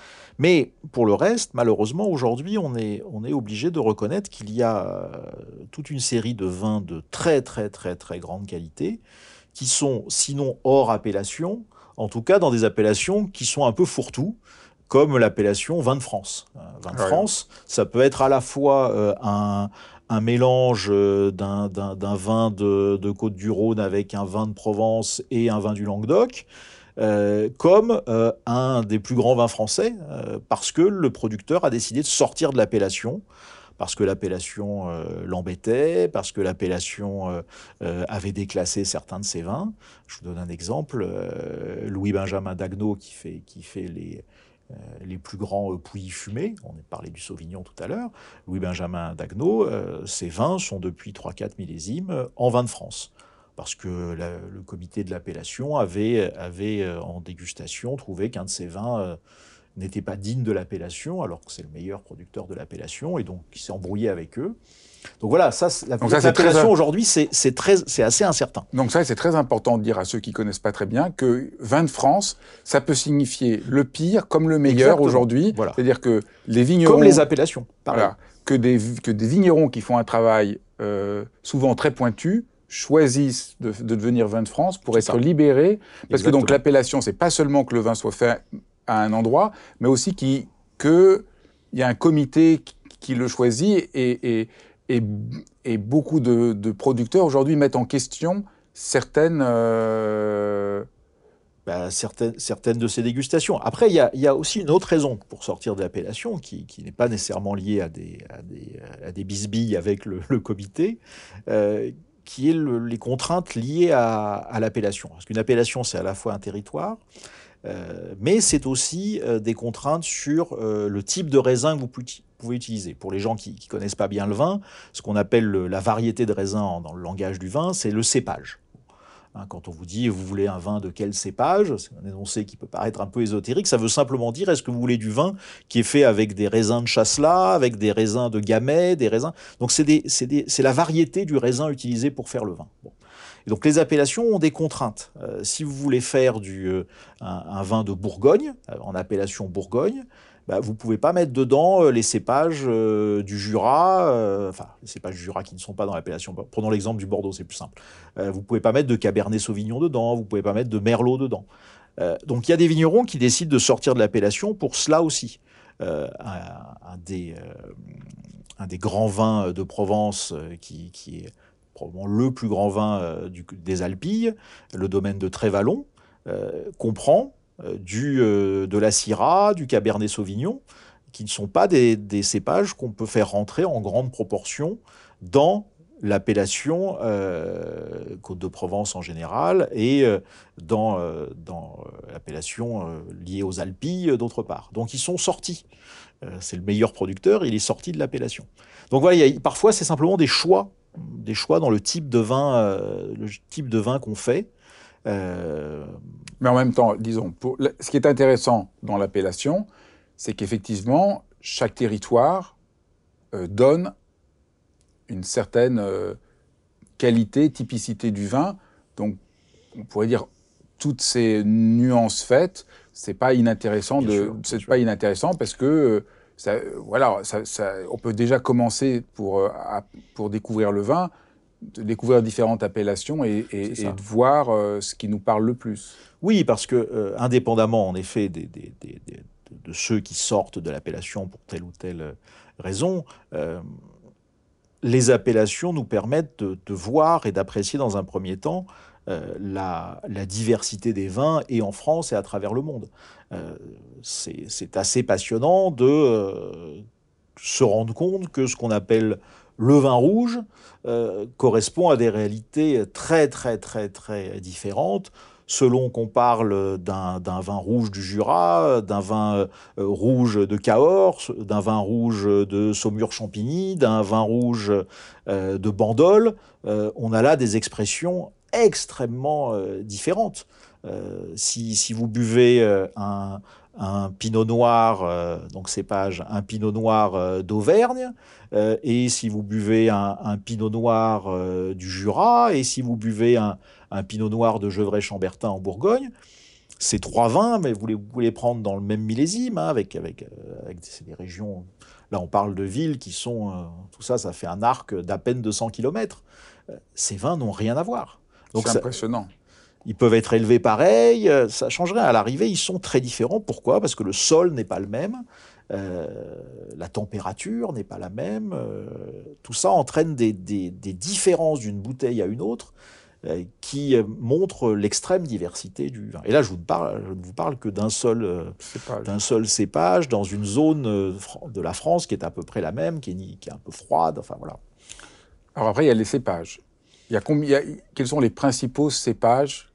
Mais pour le reste, malheureusement, aujourd'hui, on est, on est obligé de reconnaître qu'il y a toute une série de vins de très, très, très, très grande qualité qui sont, sinon hors appellation, en tout cas dans des appellations qui sont un peu fourre-tout, comme l'appellation vin de France. Vin de France, ça peut être à la fois euh, un, un mélange d'un, d'un, d'un vin de, de Côte-du-Rhône avec un vin de Provence et un vin du Languedoc, euh, comme euh, un des plus grands vins français, euh, parce que le producteur a décidé de sortir de l'appellation, parce que l'appellation euh, l'embêtait, parce que l'appellation euh, euh, avait déclassé certains de ses vins. Je vous donne un exemple, euh, Louis-Benjamin Dagno qui fait, qui fait les, euh, les plus grands euh, pouilly fumés, on a parlé du Sauvignon tout à l'heure, Louis-Benjamin Dagno, euh, ses vins sont depuis trois quatre millésimes euh, en vin de France. Parce que la, le comité de l'appellation avait, avait euh, en dégustation trouvé qu'un de ces vins euh, n'était pas digne de l'appellation, alors que c'est le meilleur producteur de l'appellation, et donc il s'est embrouillé avec eux. Donc voilà, ça, la, donc ça l'appellation très... aujourd'hui, c'est, c'est, très, c'est assez incertain. Donc ça, c'est très important de dire à ceux qui ne connaissent pas très bien que vin de France, ça peut signifier le pire comme le meilleur aujourd'hui. Voilà. C'est-à-dire que les vignerons... Comme les appellations, pareil. Voilà, que, des, que des vignerons qui font un travail euh, souvent très pointu choisissent de, de devenir vin de France pour c'est être ça. libérés. Parce Exactement. que donc l'appellation, c'est pas seulement que le vin soit fait à un endroit, mais aussi qu'il y a un comité qui, qui le choisit et, et, et, et beaucoup de, de producteurs aujourd'hui mettent en question certaines, euh... ben, certaines, certaines de ces dégustations. Après, il y a, y a aussi une autre raison pour sortir de l'appellation qui, qui n'est pas nécessairement liée à des, à des, à des bisbilles avec le, le comité, euh, qui est le, les contraintes liées à, à l'appellation. Parce qu'une appellation, c'est à la fois un territoire, Euh, mais c'est aussi euh, des contraintes sur euh, le type de raisin que vous pouvez utiliser. Pour les gens qui ne connaissent pas bien le vin, ce qu'on appelle le, la variété de raisin en, dans le langage du vin, c'est le cépage. Hein, quand on vous dit « vous voulez un vin de quel cépage ?» c'est un énoncé qui peut paraître un peu ésotérique, ça veut simplement dire « est-ce que vous voulez du vin qui est fait avec des raisins de chasselas, avec des raisins de gamay, des raisins… » Donc c'est, des, c'est, des, c'est la variété du raisin utilisé pour faire le vin. Bon. Et donc les appellations ont des contraintes. Euh, si vous voulez faire du, euh, un, un vin de Bourgogne, euh, en appellation Bourgogne, bah, vous ne pouvez pas mettre dedans euh, les cépages euh, du Jura, euh, enfin les cépages du Jura qui ne sont pas dans l'appellation. Prenons l'exemple du Bordeaux, c'est plus simple. Euh, vous ne pouvez pas mettre de Cabernet Sauvignon dedans, vous ne pouvez pas mettre de Merlot dedans. Euh, donc il y a des vignerons qui décident de sortir de l'appellation pour cela aussi. Euh, un, un, des, euh, un des grands vins de Provence euh, qui, qui est probablement le plus grand vin euh, du, des Alpilles, le domaine de Trévalon, euh, comprend euh, du, euh, de la Syrah, du Cabernet Sauvignon, qui ne sont pas des, des cépages qu'on peut faire rentrer en grande proportion dans l'appellation euh, Côte de Provence en général et euh, dans, euh, dans l'appellation euh, liée aux Alpilles d'autre part. Donc ils sont sortis. Euh, c'est le meilleur producteur, il est sorti de l'appellation. Donc voilà, il y a, parfois c'est simplement des choix des choix dans le type de vin, euh, le type de vin qu'on fait. Euh... Mais en même temps, disons, pour, ce qui est intéressant dans l'appellation, c'est qu'effectivement, chaque territoire euh, donne une certaine euh, qualité, typicité du vin. Donc, on pourrait dire, toutes ces nuances faites, c'est pas inintéressant de, sûr, c'est pas inintéressant parce que euh, Ça, voilà, ça, ça, on peut déjà commencer pour, euh, à, pour découvrir le vin, de découvrir différentes appellations et, et, et de voir euh, ce qui nous parle le plus. Oui, parce que, euh, indépendamment, en effet, des, des, des, des, de ceux qui sortent de l'appellation pour telle ou telle raison, euh, les appellations nous permettent de, de voir et d'apprécier dans un premier temps euh, la, la diversité des vins, et en France et à travers le monde. Euh, c'est, c'est assez passionnant de euh, se rendre compte que ce qu'on appelle le vin rouge euh, correspond à des réalités très, très, très, très différentes, selon qu'on parle d'un, d'un vin rouge du Jura, d'un vin euh, rouge de Cahors, d'un vin rouge de Saumur-Champigny, d'un vin rouge euh, de Bandol. Euh, on a là des expressions extrêmement euh, différentes. Euh, si, si vous buvez euh, un, un pinot noir, euh, donc cépage, un pinot noir euh, d'Auvergne, euh, et si vous buvez un, un pinot noir euh, du Jura, et si vous buvez un, un pinot noir de Gevrey-Chambertin en Bourgogne, ces trois vins, mais vous les, vous les prendre dans le même millésime, hein, avec, avec, euh, avec des, des régions, là on parle de villes qui sont, euh, tout ça, ça fait un arc d'à peine deux cents kilomètres. Euh, ces vins n'ont rien à voir. Donc c'est impressionnant. ils peuvent être élevés pareil, euh, ça change rien. À l'arrivée, ils sont très différents. Pourquoi? Parce que le sol n'est pas le même, euh, la température n'est pas la même. Euh, tout ça entraîne des, des, des différences d'une bouteille à une autre euh, qui euh, montrent l'extrême diversité du vin. Et là, je, vous parle, je ne vous parle que d'un seul, euh, d'un seul cépage dans une zone euh, de la France qui est à peu près la même, qui est, qui est un peu froide. Enfin, voilà. Alors après, il y a les cépages. Il y a combien, il y a, quels sont les principaux cépages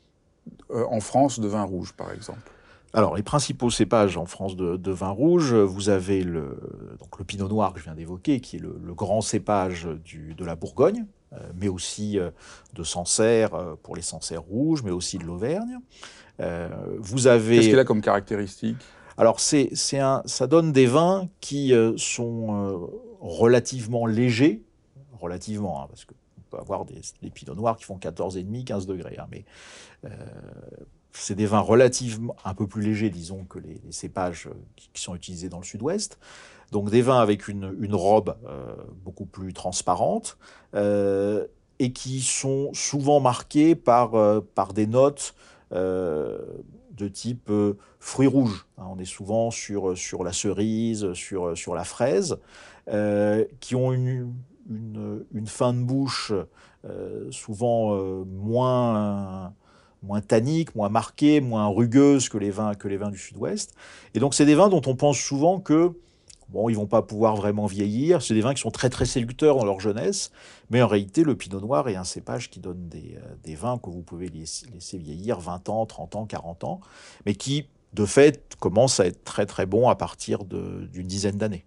euh, en France de vin rouge, par exemple? Alors, les principaux cépages en France de, de vin rouge, vous avez le, donc le pinot noir que je viens d'évoquer, qui est le, le grand cépage du, de la Bourgogne, euh, mais aussi euh, de Sancerre euh, pour les Sancerres rouges, mais aussi de l'Auvergne. Euh, vous avez... Qu'est-ce qu'il a comme caractéristique? Alors, c'est, c'est un, ça donne des vins qui euh, sont euh, relativement légers, relativement, hein, parce qu'on peut avoir des, des pinots noirs qui font quatorze virgule cinq, quinze degrés, hein, mais... Euh, c'est des vins relativement un peu plus légers, disons, que les, les cépages qui, qui sont utilisés dans le sud-ouest. Donc des vins avec une, une robe euh, beaucoup plus transparente euh, et qui sont souvent marqués par, euh, par des notes euh, de type euh, fruits rouges. Hein, on est souvent sur, sur la cerise, sur, sur la fraise, euh, qui ont une, une, une fin de bouche euh, souvent euh, moins... moins tannique, moins marquée, moins rugueuse que les vins, que les vins du sud-ouest. Et donc, c'est des vins dont on pense souvent que, bon, ils vont pas pouvoir vraiment vieillir. C'est des vins qui sont très, très séducteurs dans leur jeunesse. Mais en réalité, le pinot noir est un cépage qui donne des, euh, des vins que vous pouvez laisser, laisser vieillir vingt ans, trente ans, quarante ans, mais qui, de fait, commencent à être très, très bons à partir de, d'une dizaine d'années.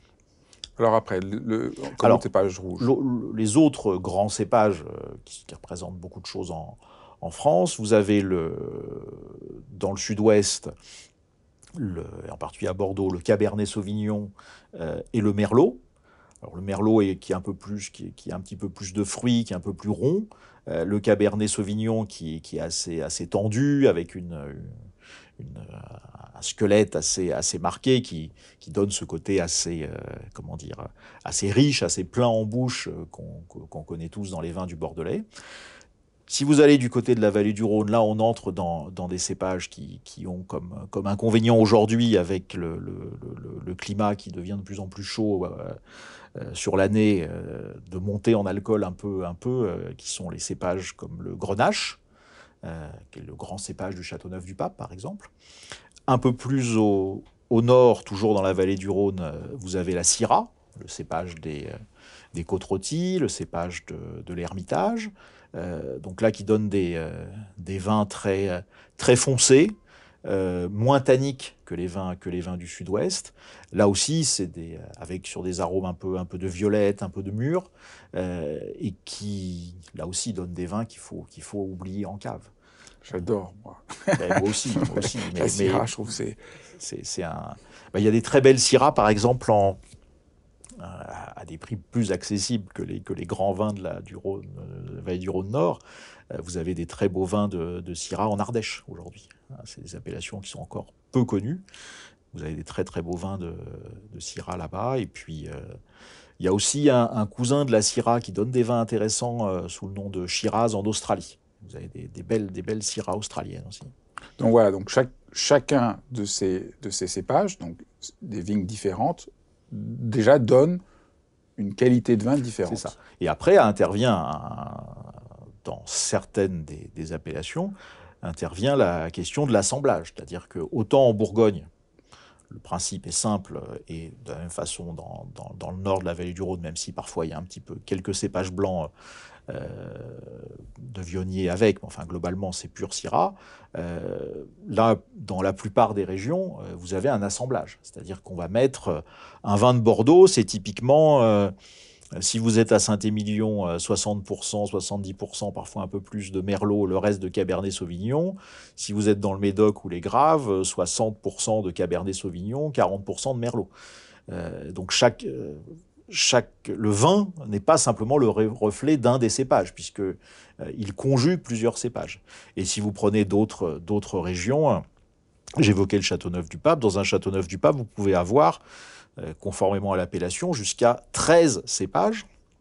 Alors après, le, le, comme Alors, le cépage rouge. Le, les autres grands cépages euh, qui, qui représentent beaucoup de choses en En France, vous avez le, dans le sud-ouest, le, en particulier à Bordeaux, le Cabernet Sauvignon euh, et le Merlot. Alors, le Merlot est, qui, est un peu plus, qui, qui a un petit peu plus de fruits, qui est un peu plus rond. Euh, le Cabernet Sauvignon qui, qui est assez, assez tendu, avec une, une, un squelette assez, assez marqué, qui, qui donne ce côté assez, euh, comment dire, assez riche, assez plein en bouche euh, qu'on, qu'on connaît tous dans les vins du Bordelais. Si vous allez du côté de la vallée du Rhône, là, on entre dans, dans des cépages qui, qui ont comme, comme inconvénient aujourd'hui, avec le, le, le, le climat qui devient de plus en plus chaud euh, euh, sur l'année, euh, de monter en alcool un peu, un peu euh, qui sont les cépages comme le Grenache, euh, qui est le grand cépage du Châteauneuf-du-Pape, par exemple. Un peu plus au, au nord, toujours dans la vallée du Rhône, euh, vous avez la Syrah, le cépage des, euh, des Côtes-Rôties, le cépage de, de l'Ermitage. Euh, donc là, qui donne des, euh, des vins très, très foncés, euh, moins tanniques que les vins, que les vins du sud-ouest. Là aussi, c'est des, avec sur des arômes un peu, un peu de violette, un peu de mûr, euh, et qui, là aussi, donnent des vins qu'il faut, qu'il faut oublier en cave. J'adore, moi. Ben, moi aussi, moi aussi. Mais, la Syrah, je trouve c'est... c'est, c'est un... Ben, il y a des très belles Syrahs, par exemple, en... à des prix plus accessibles que les, que les grands vins de la, du Rhône, de la vallée du Rhône Nord. Vous avez des très beaux vins de, de Syrah en Ardèche aujourd'hui. C'est des appellations qui sont encore peu connues. Vous avez des très très beaux vins de, de Syrah là-bas. Et puis, euh, il y a aussi un, un cousin de la Syrah qui donne des vins intéressants euh, sous le nom de Shiraz en Australie. Vous avez des, des belles, des belles Syrahs australiennes aussi. Donc voilà, donc chaque, chacun de ces, de ces cépages, donc des vignes différentes, déjà donne une qualité de vin différente. C'est ça. Et après intervient, un, dans certaines des, des appellations, intervient la question de l'assemblage. C'est-à-dire que autant en Bourgogne, le principe est simple, et de la même façon dans, dans, dans le nord de la vallée du Rhône, même si parfois il y a un petit peu quelques cépages blancs euh, de Viognier avec, mais enfin globalement c'est pur Syrah. Euh, là, dans la plupart des régions, euh, vous avez un assemblage. C'est-à-dire qu'on va mettre un vin de Bordeaux, c'est typiquement... Euh, si vous êtes à Saint-Émilion, soixante pour cent, soixante-dix pour cent, parfois un peu plus de Merlot, le reste de Cabernet Sauvignon. Si vous êtes dans le Médoc ou les Graves, soixante pour cent de Cabernet Sauvignon, quarante pour cent de Merlot. Euh, donc chaque, chaque, le vin n'est pas simplement le reflet d'un des cépages, puisqu'il euh, conjugue plusieurs cépages. Et si vous prenez d'autres, d'autres régions, j'évoquais le Châteauneuf-du-Pape, dans un Châteauneuf-du-Pape, vous pouvez avoir... conformément à l'appellation, jusqu'à treize cépages.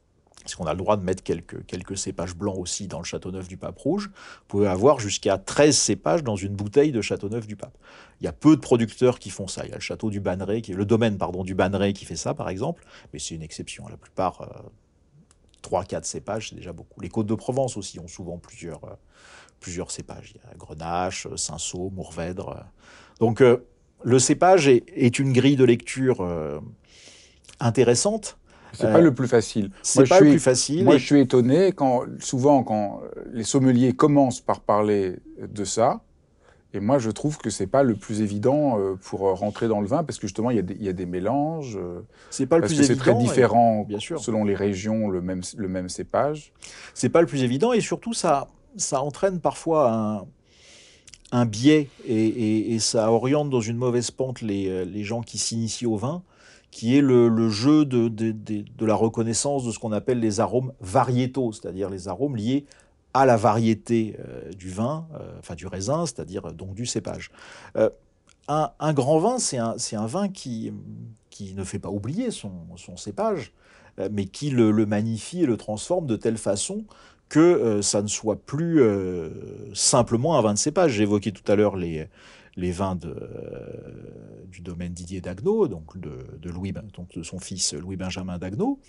parce qu'on a le droit de mettre quelques, quelques cépages blancs aussi dans le Châteauneuf-du-Pape rouge, vous pouvez avoir jusqu'à treize cépages dans une bouteille de Châteauneuf-du-Pape. Il y a peu de producteurs qui font ça. Il y a le château du Banneret, qui, le domaine pardon, du Banneret qui fait ça, par exemple, mais c'est une exception. La plupart, euh, trois quatre cépages, c'est déjà beaucoup. Les Côtes de Provence aussi ont souvent plusieurs, euh, plusieurs cépages. Il y a Grenache, Cinsault, Mourvèdre. Euh. Donc, euh, le cépage est, est une grille de lecture euh, intéressante. C'est euh, pas le plus facile. C'est pas le plus facile. Moi, et... je suis étonné quand, souvent, quand les sommeliers commencent par parler de ça, et moi, je trouve que c'est pas le plus évident pour rentrer dans le vin, parce que justement, il y a des, il y a des mélanges. C'est pas le parce plus que c'est évident. très différent, bien sûr. Selon les régions, le même, le même cépage. C'est pas le plus évident, et surtout, ça, ça entraîne parfois un, un biais, et, et, et ça oriente dans une mauvaise pente les, les gens qui s'initient au vin, qui est le, le jeu de, de, de, de la reconnaissance de ce qu'on appelle les arômes variétaux, c'est-à-dire les arômes liés à la variété euh, du vin, euh, enfin du raisin, c'est-à-dire euh, donc du cépage. Euh, un, un grand vin, c'est un, c'est un vin qui, qui ne fait pas oublier son, son cépage, euh, mais qui le, le magnifie et le transforme de telle façon que euh, ça ne soit plus euh, simplement un vin de cépage. J'évoquais tout à l'heure les, les vins de, euh, du domaine Didier Dagneau, donc de, de, Louis, donc de son fils Louis-Benjamin Dagneau.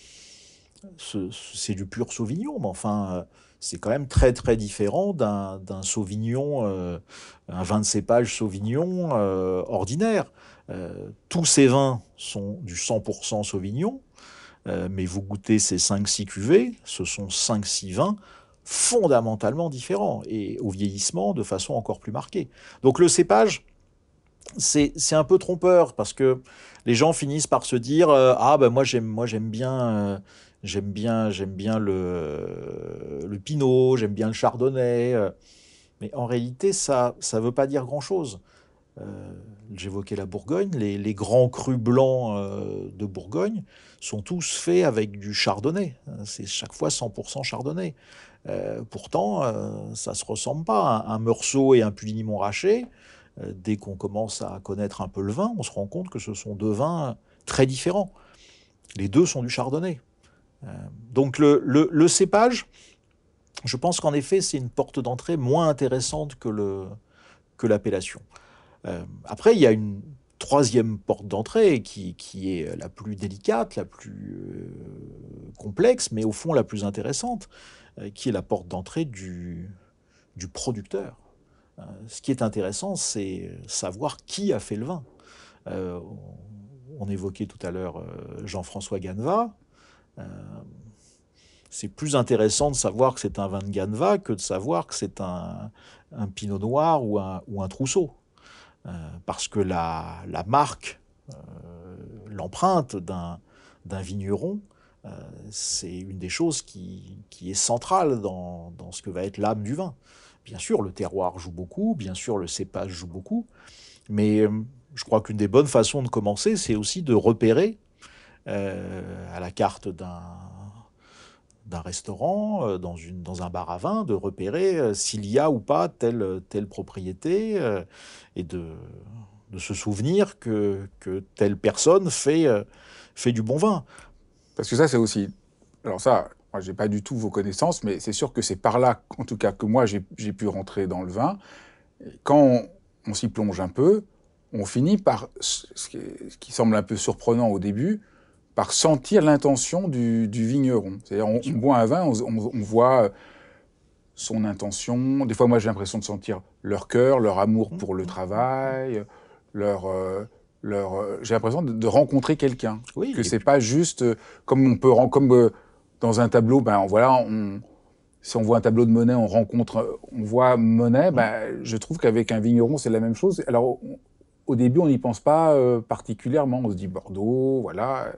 Ce, c'est du pur Sauvignon, mais enfin, c'est quand même très très différent d'un, d'un Sauvignon, euh, un vin de cépage Sauvignon euh, ordinaire. Euh, tous ces vins sont du cent pour cent Sauvignon, euh, mais vous goûtez ces cinq six cuvées, ce sont cinq six vins fondamentalement différents et au vieillissement de façon encore plus marquée. Donc le cépage, c'est, c'est un peu trompeur parce que les gens finissent par se dire euh, ah ben moi j'aime moi j'aime bien euh, j'aime bien j'aime bien le le Pinot, j'aime bien le Chardonnay, euh, mais en réalité ça ça veut pas dire grand chose. Euh, j'évoquais la Bourgogne, les, les grands crus blancs euh, de Bourgogne sont tous faits avec du Chardonnay. C'est chaque fois cent pour cent Chardonnay. Euh, pourtant, euh, ça ne se ressemble pas. Un, un Meursault et un Puligny-Montrachet, euh, dès qu'on commence à connaître un peu le vin, on se rend compte que ce sont deux vins très différents. Les deux sont du Chardonnay. Euh, donc le, le, le cépage, je pense qu'en effet, c'est une porte d'entrée moins intéressante que, le, que l'appellation. Euh, après, il y a une troisième porte d'entrée qui, qui est la plus délicate, la plus euh, complexe, mais au fond la plus intéressante, euh, qui est la porte d'entrée du, du producteur. Euh, ce qui est intéressant, c'est savoir qui a fait le vin. Euh, on évoquait tout à l'heure euh, Jean-François Gannevat. Euh, c'est plus intéressant de savoir que c'est un vin de Gannevat que de savoir que c'est un, un Pinot Noir ou un, ou un Trousseau. Euh, parce que la, la marque, euh, l'empreinte d'un, d'un vigneron, euh, c'est une des choses qui, qui est centrale dans, dans ce que va être l'âme du vin. Bien sûr, le terroir joue beaucoup, bien sûr, le cépage joue beaucoup, mais euh, je crois qu'une des bonnes façons de commencer, c'est aussi de repérer euh, à la carte d'un, d'un restaurant, euh, dans, une, dans un bar à vin, de repérer euh, s'il y a ou pas telle, telle propriété euh, et de, de se souvenir que, que telle personne fait, euh, fait du bon vin. Parce que ça, c'est aussi... Alors ça, moi, j'ai pas du tout vos connaissances, mais c'est sûr que c'est par là, en tout cas, que moi, j'ai, j'ai pu rentrer dans le vin. Et quand on, on s'y plonge un peu, on finit par, ce qui, est, ce qui semble un peu surprenant au début, par sentir l'intention du, du vigneron. C'est-à-dire, on, on boit un vin, on, on, on voit son intention. Des fois, moi, j'ai l'impression de sentir leur cœur, leur amour pour le travail, leur... Euh, leur euh, j'ai l'impression de, de rencontrer quelqu'un. Oui, que c'est puis... pas juste euh, comme on peut... Comme euh, dans un tableau, ben voilà, on, si on voit un tableau de Monet, on rencontre... On voit Monet, ben, je trouve qu'avec un vigneron, c'est la même chose. Alors, on, au début, on n'y pense pas euh, particulièrement. On se dit Bordeaux, voilà...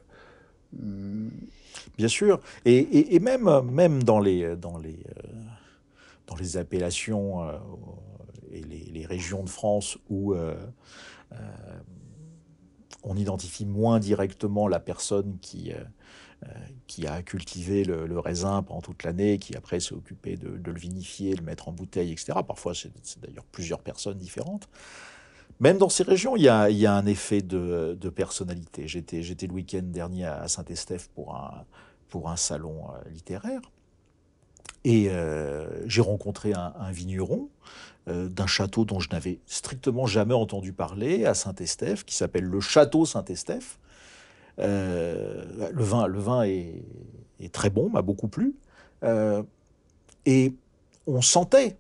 Bien sûr, et, et, et même, même dans, les, dans, les, euh, dans les appellations euh, et les, les régions de France où euh, euh, on identifie moins directement la personne qui, euh, qui a cultivé le, le raisin pendant toute l'année, qui après s'est occupé de, de le vinifier, le mettre en bouteille, et cetera. Parfois, c'est, c'est d'ailleurs plusieurs personnes différentes. Même dans ces régions, il y a, il y a un effet de, de personnalité. J'étais, j'étais le week-end dernier à Saint-Estèphe pour un, pour un salon euh, littéraire. Et euh, j'ai rencontré un, un vigneron euh, d'un château dont je n'avais strictement jamais entendu parler, à Saint-Estèphe, qui s'appelle le Château Saint-Estèphe. Euh, le vin, le vin est, est très bon, m'a beaucoup plu. Euh, et on sentait,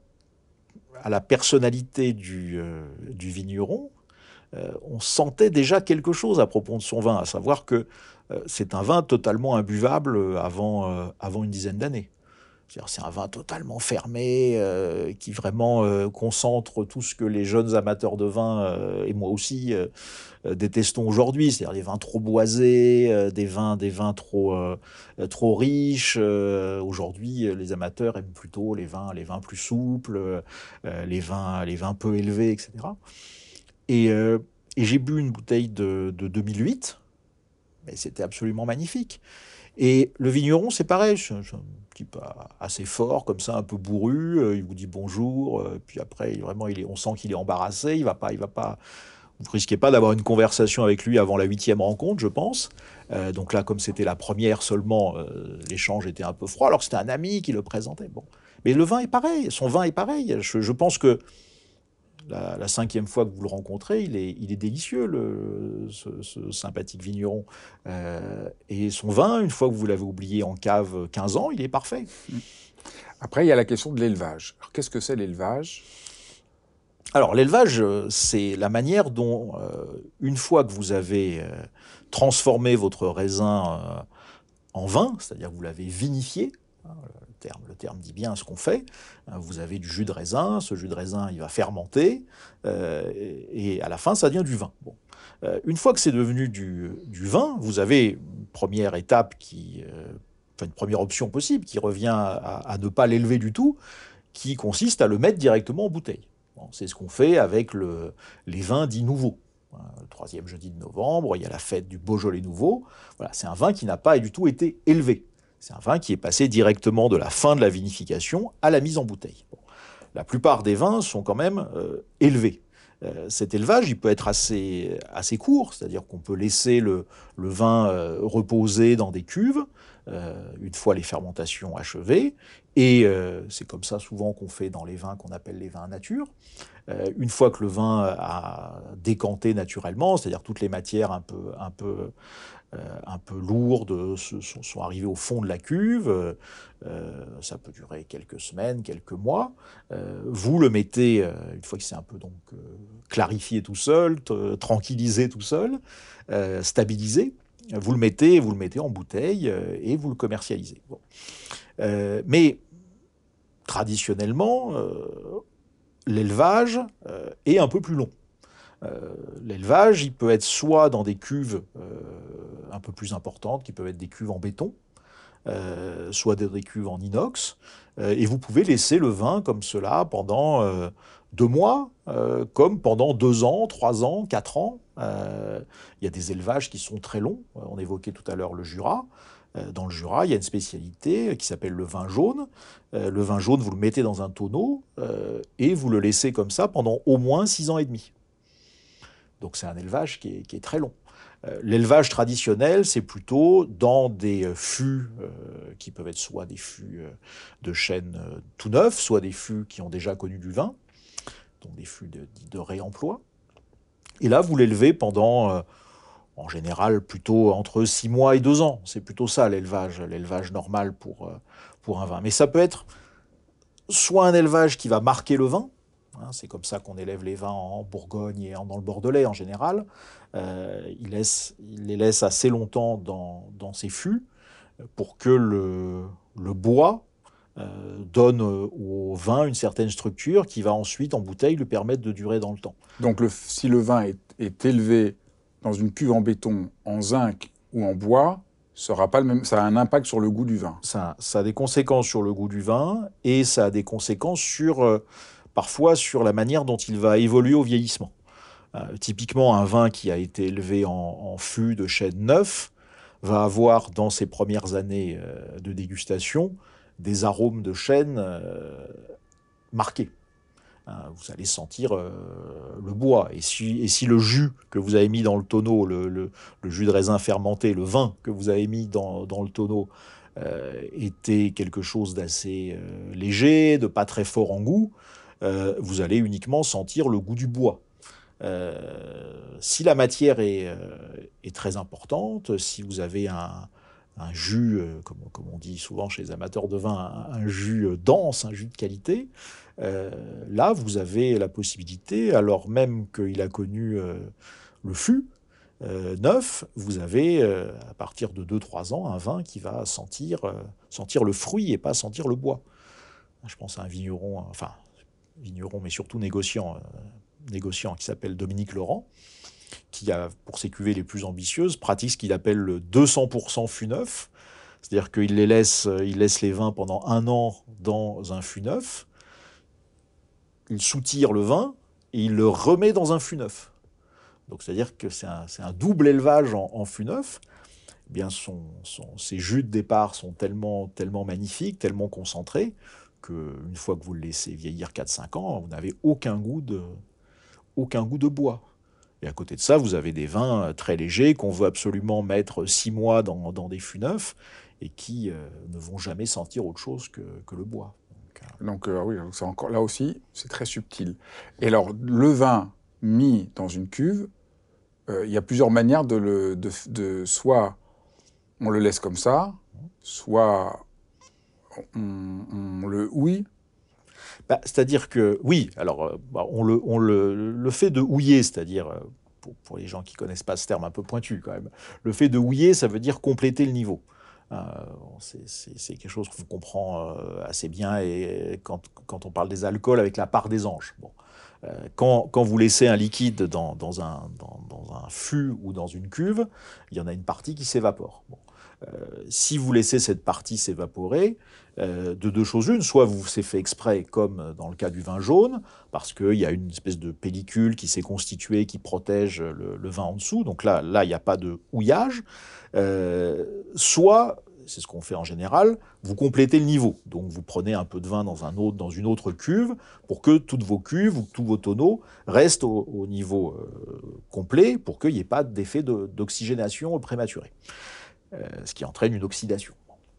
à la personnalité du, euh, du vigneron, euh, on sentait déjà quelque chose à propos de son vin, à savoir que euh, c'est un vin totalement imbuvable avant, euh, avant une dizaine d'années. C'est-à-dire, c'est un vin totalement fermé, euh, qui vraiment euh, concentre tout ce que les jeunes amateurs de vin, euh, et moi aussi, euh, euh, détestons aujourd'hui. C'est-à-dire des vins trop boisés, euh, des vins, des vins trop, euh, trop riches. Euh, aujourd'hui, les amateurs aiment plutôt les vins, les vins plus souples, euh, les vins, les vins peu élevés, et cetera. Et, euh, et j'ai bu une bouteille de, de deux mille huit, mais c'était absolument magnifique. Et le vigneron, c'est pareil, c'est un, c'est un type assez fort, comme ça, un peu bourru. Euh, il vous dit bonjour, euh, puis après, il, vraiment, il est, on sent qu'il est embarrassé. Il va pas, il va pas. Vous ne risquez pas d'avoir une conversation avec lui avant la huitième rencontre, je pense. Euh, donc là, comme c'était la première seulement, euh, l'échange était un peu froid. Alors que c'était un ami qui le présentait. Bon, mais le vin est pareil. Son vin est pareil. Je, je pense que La, la cinquième fois que vous le rencontrez, il est, il est délicieux, le, ce, ce sympathique vigneron. Euh, et son vin, une fois que vous l'avez oublié en cave quinze ans, il est parfait. Après, il y a la question de l'élevage. Alors, qu'est-ce que c'est l'élevage ? Alors, l'élevage, c'est la manière dont, euh, une fois que vous avez euh, transformé votre raisin euh, en vin, c'est-à-dire que vous l'avez vinifié, hein, le terme, le terme dit bien ce qu'on fait. Vous avez du jus de raisin, ce jus de raisin, il va fermenter, euh, et, et à la fin, ça devient du vin. Bon. Euh, une fois que c'est devenu du, du vin, vous avez une première étape, qui, euh, enfin une première option possible, qui revient à, à ne pas l'élever du tout, qui consiste à le mettre directement en bouteille. Bon, c'est ce qu'on fait avec le, les vins dits nouveaux. Le troisième jeudi de novembre, il y a la fête du Beaujolais nouveau. Voilà, c'est un vin qui n'a pas du tout été élevé. C'est un vin qui est passé directement de la fin de la vinification à la mise en bouteille. Bon. La plupart des vins sont quand même euh, élevés. Euh, cet élevage, il peut être assez, assez court, c'est-à-dire qu'on peut laisser le, le vin euh, reposer dans des cuves, euh, une fois les fermentations achevées, et euh, c'est comme ça souvent qu'on fait dans les vins qu'on appelle les vins nature. Euh, une fois que le vin a décanté naturellement, c'est-à-dire toutes les matières un peu, un peu Euh, un peu lourdes se, sont, sont arrivées au fond de la cuve. Euh, ça peut durer quelques semaines, quelques mois. Euh, vous le mettez, euh, une fois que c'est un peu donc euh, clarifié tout seul, t- tranquillisé tout seul, euh, stabilisé, vous le mettez, vous le mettez en bouteille euh, et vous le commercialisez. Bon. Euh, mais traditionnellement, euh, l'élevage euh, est un peu plus long. Euh, l'élevage, il peut être soit dans des cuves euh, un peu plus importantes, qui peuvent être des cuves en béton, euh, soit des, des cuves en inox, euh, et vous pouvez laisser le vin comme cela pendant euh, deux mois, euh, comme pendant deux ans, trois ans, quatre ans. Euh, il y a des élevages qui sont très longs. On évoquait tout à l'heure le Jura. Euh, Dans le Jura, il y a une spécialité qui s'appelle le vin jaune. Euh, le vin jaune, vous le mettez dans un tonneau euh, et vous le laissez comme ça pendant au moins six ans et demi. Donc c'est un élevage qui est, qui est très long. Euh, l'élevage traditionnel, c'est plutôt dans des euh, fûts euh, qui peuvent être soit des fûts euh, de chêne euh, tout neufs, soit des fûts qui ont déjà connu du vin, donc des fûts de, de réemploi. Et là, vous l'élevez pendant, euh, en général, plutôt entre six mois et deux ans. C'est plutôt ça l'élevage, l'élevage normal pour, euh, pour un vin. Mais ça peut être soit un élevage qui va marquer le vin. C'est comme ça qu'on élève les vins en Bourgogne et dans le Bordelais en général. Euh, il, laisse, il les laisse assez longtemps dans, dans ces fûts pour que le, le bois euh, donne au vin une certaine structure qui va ensuite, en bouteille, lui permettre de durer dans le temps. Donc le, si le vin est, est élevé dans une cuve en béton, en zinc ou en bois, ça aura pas le même, ça a un impact sur le goût du vin. Ça, ça a des conséquences sur le goût du vin et ça a des conséquences sur... Euh, parfois sur la manière dont il va évoluer au vieillissement. Euh, typiquement, un vin qui a été élevé en, en fût de chêne neuf va avoir, dans ses premières années euh, de dégustation, des arômes de chêne euh, marqués. Hein, vous allez sentir euh, le bois. Et si, et si le jus que vous avez mis dans le tonneau, le, le, le jus de raisin fermenté, le vin que vous avez mis dans, dans le tonneau, euh, était quelque chose d'assez euh, léger, de pas très fort en goût, euh, vous allez uniquement sentir le goût du bois. Euh, si la matière est, euh, est très importante, si vous avez un, un jus, euh, comme, comme on dit souvent chez les amateurs de vin, un, un jus euh, dense, un jus de qualité, euh, là vous avez la possibilité, alors même qu'il a connu euh, le fût euh, neuf, vous avez euh, à partir de deux trois ans un vin qui va sentir, euh, sentir le fruit et pas sentir le bois. Je pense à un vigneron, enfin vigneron mais surtout négociant, euh, négociant qui s'appelle Dominique Laurent, qui a, pour ses cuvées les plus ambitieuses, pratique ce qu'il appelle le deux cents pour cent fût neuf. C'est-à-dire qu'il les laisse, il laisse les vins pendant un an dans un fût neuf, il soutire le vin et il le remet dans un fût neuf. Donc c'est-à-dire que c'est un, c'est un double élevage en, en fût neuf. Eh bien, son, son, ses jus de départ sont tellement, tellement magnifiques, tellement concentrés, qu'une fois que vous le laissez vieillir quatre cinq ans, vous n'avez aucun goût de, aucun goût de bois. Et à côté de ça, vous avez des vins très légers qu'on veut absolument mettre six mois dans, dans des fûts neufs et qui euh, ne vont jamais sentir autre chose que, que le bois. Donc, euh... Donc euh, oui, c'est encore, là aussi, c'est très subtil. Et alors, le vin mis dans une cuve, euh, il y a plusieurs manières de le... De, de, soit on le laisse comme ça, soit on, on le houille. Bah, c'est-à-dire que, oui, alors bah, on, le, on le, le fait de houiller, c'est-à-dire, pour, pour les gens qui ne connaissent pas ce terme un peu pointu quand même, le fait de houiller, ça veut dire compléter le niveau. Euh, c'est, c'est, c'est quelque chose qu'on comprend euh, assez bien et quand, quand on parle des alcools avec la part des anges. Bon. Euh, quand, quand vous laissez un liquide dans, dans, un, dans, dans un fût ou dans une cuve, il y en a une partie qui s'évapore. Bon. Euh, si vous laissez cette partie s'évaporer, euh, de deux choses une, soit vous c'est fait exprès, comme dans le cas du vin jaune, parce qu'il y a une espèce de pellicule qui s'est constituée, qui protège le, le vin en dessous, donc là, là, il n'y a pas de houillage, euh, soit, c'est ce qu'on fait en général, vous complétez le niveau, donc vous prenez un peu de vin dans, un autre, dans une autre cuve, pour que toutes vos cuves ou tous vos tonneaux restent au, au niveau euh, complet, pour qu'il n'y ait pas d'effet de, d'oxygénation prématurée. Euh, ce qui entraîne une oxydation.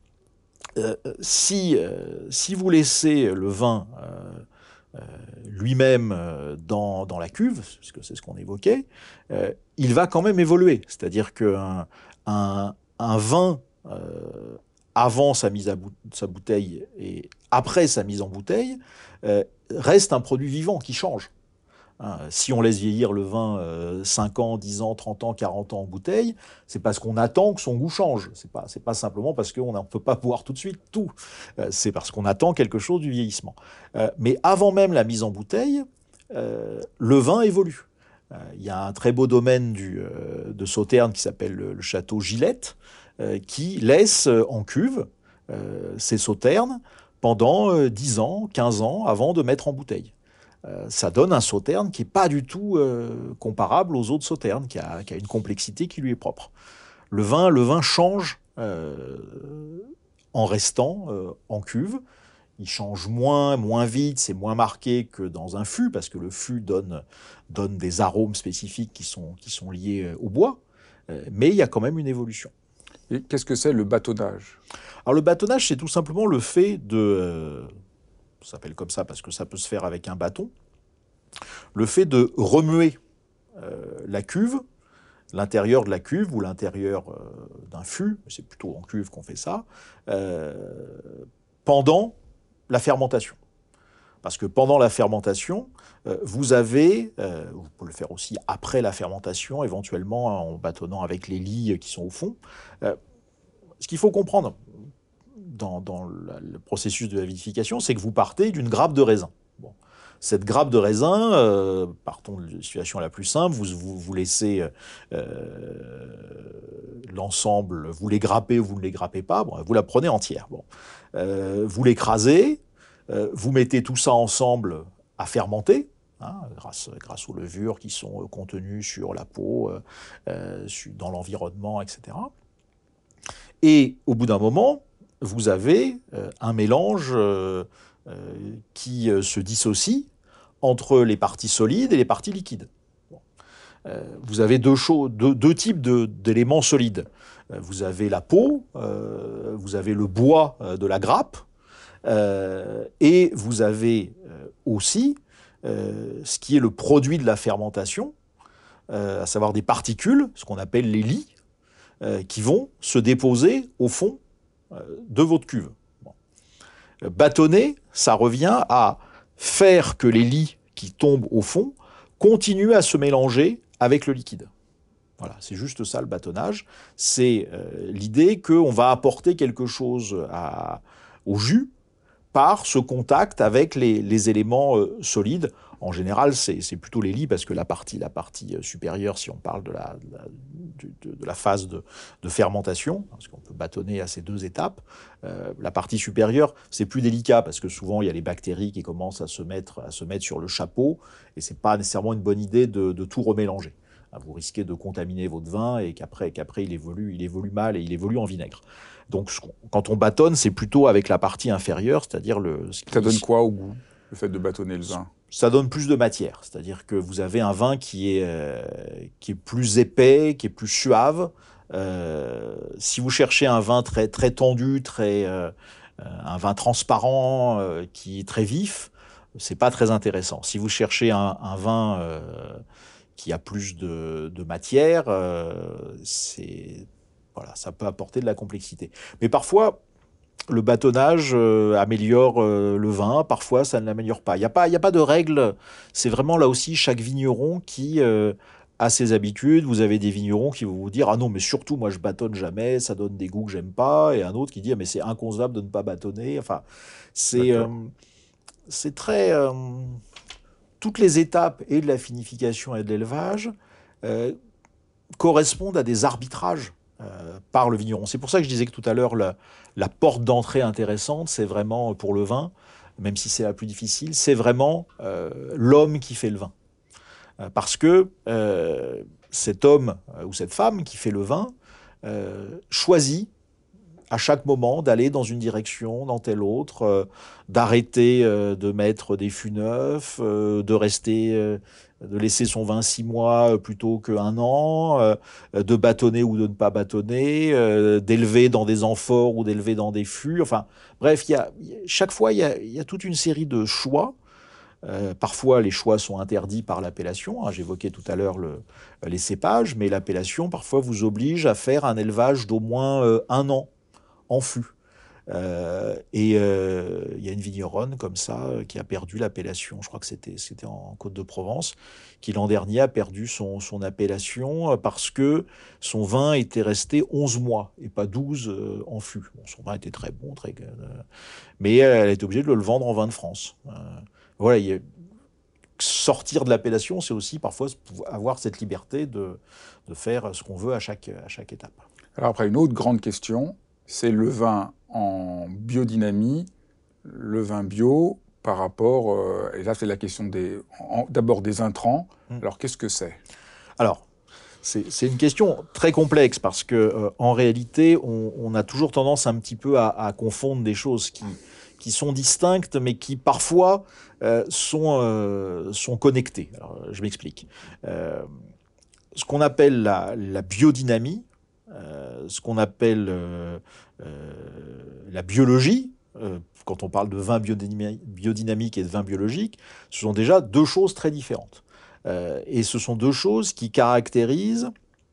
Euh, si, euh, si vous laissez le vin euh, euh, lui-même euh, dans, dans la cuve, parce que c'est ce qu'on évoquait, euh, il va quand même évoluer. C'est-à-dire qu'un un, un vin, euh, avant sa mise à bou- sa bouteille et après sa mise en bouteille, euh, reste un produit vivant qui change. Hein, si on laisse vieillir le vin euh, cinq ans, dix ans, trente ans, quarante ans en bouteille, c'est parce qu'on attend que son goût change. C'est pas, c'est pas simplement parce qu'on ne peut pas boire tout de suite tout. Euh, c'est parce qu'on attend quelque chose du vieillissement. Euh, mais avant même la mise en bouteille, euh, le vin évolue. Euh, Il y a un très beau domaine du, euh, de Sauternes qui s'appelle le, le château Gillette, euh, qui laisse euh, en cuve euh, ses Sauternes pendant euh, dix ans, quinze ans avant de mettre en bouteille. Euh, ça donne un Sauterne qui n'est pas du tout euh, comparable aux autres Sauternes, qui a, qui a une complexité qui lui est propre. Le vin, le vin change euh, en restant euh, en cuve. Il change moins, moins vite, c'est moins marqué que dans un fût, parce que le fût donne, donne des arômes spécifiques qui sont, qui sont liés au bois, euh, mais il y a quand même une évolution. Et qu'est-ce que c'est le bâtonnage ? Alors le bâtonnage, c'est tout simplement le fait de... Euh, ça s'appelle comme ça parce que ça peut se faire avec un bâton, le fait de remuer euh, la cuve, l'intérieur de la cuve ou l'intérieur euh, d'un fût, c'est plutôt en cuve qu'on fait ça, euh, pendant la fermentation. Parce que pendant la fermentation, euh, vous avez, euh, vous pouvez le faire aussi après la fermentation, éventuellement en bâtonnant avec les lies qui sont au fond. Euh, ce qu'il faut comprendre dans, dans la, le processus de la vinification, c'est que vous partez d'une grappe de raisin. Bon. Cette grappe de raisin, euh, partons de la situation la plus simple, vous, vous, vous laissez euh, l'ensemble, vous les grappez ou vous ne les grappez pas, bon, vous la prenez entière. Bon. Euh, vous l'écrasez, euh, vous mettez tout ça ensemble à fermenter, hein, grâce, grâce aux levures qui sont contenues sur la peau, euh, dans l'environnement, et cetera. Et au bout d'un moment, vous avez euh, un mélange euh, euh, qui euh, se dissocie entre les parties solides et les parties liquides. Bon. Euh, vous avez deux, choses, deux, deux types de, d'éléments solides. vous avez la peau, euh, vous avez le bois euh, de la grappe, euh, et vous avez euh, aussi euh, ce qui est le produit de la fermentation, euh, à savoir des particules, ce qu'on appelle les lies, euh, qui vont se déposer au fond euh, de votre cuve. Bon. Bâtonner, ça revient à faire que les lies qui tombent au fond continuent à se mélanger avec le liquide. Voilà, c'est juste ça le bâtonnage. C'est euh, l'idée qu'on va apporter quelque chose à, au jus par ce contact avec les, les éléments euh, solides. En général, c'est, c'est plutôt les lies, parce que la partie, la partie supérieure, si on parle de la, de la, de, de la phase de, de fermentation, parce qu'on peut bâtonner à ces deux étapes, euh, la partie supérieure, c'est plus délicat, parce que souvent, il y a les bactéries qui commencent à se mettre, à se mettre sur le chapeau, et c'est pas nécessairement une bonne idée de, de tout remélanger. Vous risquez de contaminer votre vin et qu'après, qu'après il évolue, il évolue mal et il évolue en vinaigre. Donc, quand on bâtonne, c'est plutôt avec la partie inférieure, c'est-à-dire le... Ce qui... Ça donne quoi au goût, le fait de bâtonner le vin? Ça donne plus de matière, c'est-à-dire que vous avez un vin qui est, euh, qui est plus épais, qui est plus suave. Euh, si vous cherchez un vin très, très tendu, très, euh, un vin transparent, euh, qui est très vif, c'est pas très intéressant. Si vous cherchez un, un vin... Euh, qui a plus de, de matière, euh, c'est, voilà, ça peut apporter de la complexité. Mais parfois, le bâtonnage euh, améliore euh, le vin, parfois ça ne l'améliore pas. Il n'y a pas, il n'y a pas de règle, c'est vraiment là aussi chaque vigneron qui euh, a ses habitudes. Vous avez des vignerons qui vont vous dire « Ah non, mais surtout, moi je bâtonne jamais, ça donne des goûts que j'aime pas », et un autre qui dit « Ah mais c'est inconcevable de ne pas bâtonner ». Enfin, c'est, euh, c'est très... Euh, toutes les étapes et de la finification et de l'élevage euh, correspondent à des arbitrages euh, par le vigneron. C'est pour ça que je disais que tout à l'heure, la, la porte d'entrée intéressante, c'est vraiment pour le vin, même si c'est la plus difficile, c'est vraiment euh, l'homme qui fait le vin. Euh, parce que euh, cet homme euh, ou cette femme qui fait le vin euh, choisit à chaque moment d'aller dans une direction, dans telle autre, euh, d'arrêter euh, de mettre des fûts neufs, euh, de rester, euh, de laisser son vin six mois plutôt qu'un an, euh, de bâtonner ou de ne pas bâtonner, euh, d'élever dans des amphores ou d'élever dans des fûts. Enfin, bref, y a, y a, chaque fois, il y a, y a toute une série de choix. Euh, parfois, les choix sont interdits par l'appellation. Hein, j'évoquais tout à l'heure le, les cépages, mais l'appellation, parfois, vous oblige à faire un élevage d'au moins euh, un an en fût. Euh, et il euh, y a une vigneronne comme ça qui a perdu l'appellation, je crois que c'était, c'était en Côte-de-Provence, qui l'an dernier a perdu son, son appellation parce que son vin était resté onze mois et pas douze euh, en fût. Bon, son vin était très bon, très, euh, mais elle était obligée de le vendre en vin de France. Euh, voilà, y a, sortir de l'appellation, c'est aussi parfois avoir cette liberté de, de faire ce qu'on veut à chaque, à chaque étape. Alors après, une autre grande question, c'est le vin en biodynamie, le vin bio par rapport, euh, et là c'est la question des, en, d'abord des intrants. Mmh. Alors qu'est-ce que c'est? Alors, c'est, c'est une question très complexe parce que euh, en réalité, on, on a toujours tendance un petit peu à, à confondre des choses qui, qui sont distinctes, mais qui parfois euh, sont, euh, sont connectées. Alors, je m'explique. Euh, ce qu'on appelle la, la biodynamie, Euh, ce qu'on appelle euh, euh, la biologie, euh, quand on parle de vin biodynami- biodynamique et de vin biologique, ce sont déjà deux choses très différentes. Euh, et ce sont deux choses qui caractérisent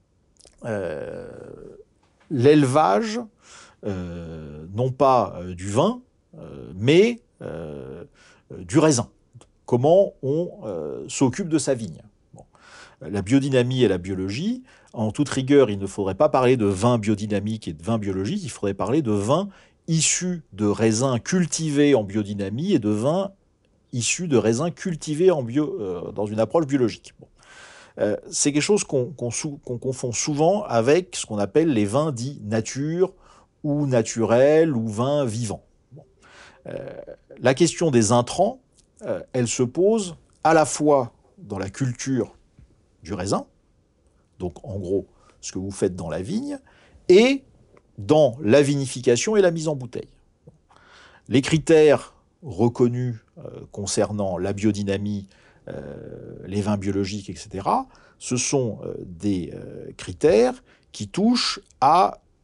euh, l'élevage, euh, non pas euh, du vin, euh, mais euh, du raisin. Comment on euh, s'occupe de sa vigne. Bon. La biodynamie et la biologie, en toute rigueur, il ne faudrait pas parler de vin biodynamique et de vin biologique, il faudrait parler de vin issus de raisins cultivés en biodynamie et de vin issus de raisins cultivés en bio, euh, dans une approche biologique. Bon. Euh, c'est quelque chose qu'on, qu'on, sou, qu'on confond souvent avec ce qu'on appelle les vins dits nature ou naturels ou vins vivants. Bon. Euh, la question des intrants, euh, elle se pose à la fois dans la culture du raisin, donc en gros ce que vous faites dans la vigne, et dans la vinification et la mise en bouteille. Les critères reconnus euh, concernant la biodynamie, euh, les vins biologiques, et cetera, ce sont euh, des euh, critères qui touchent à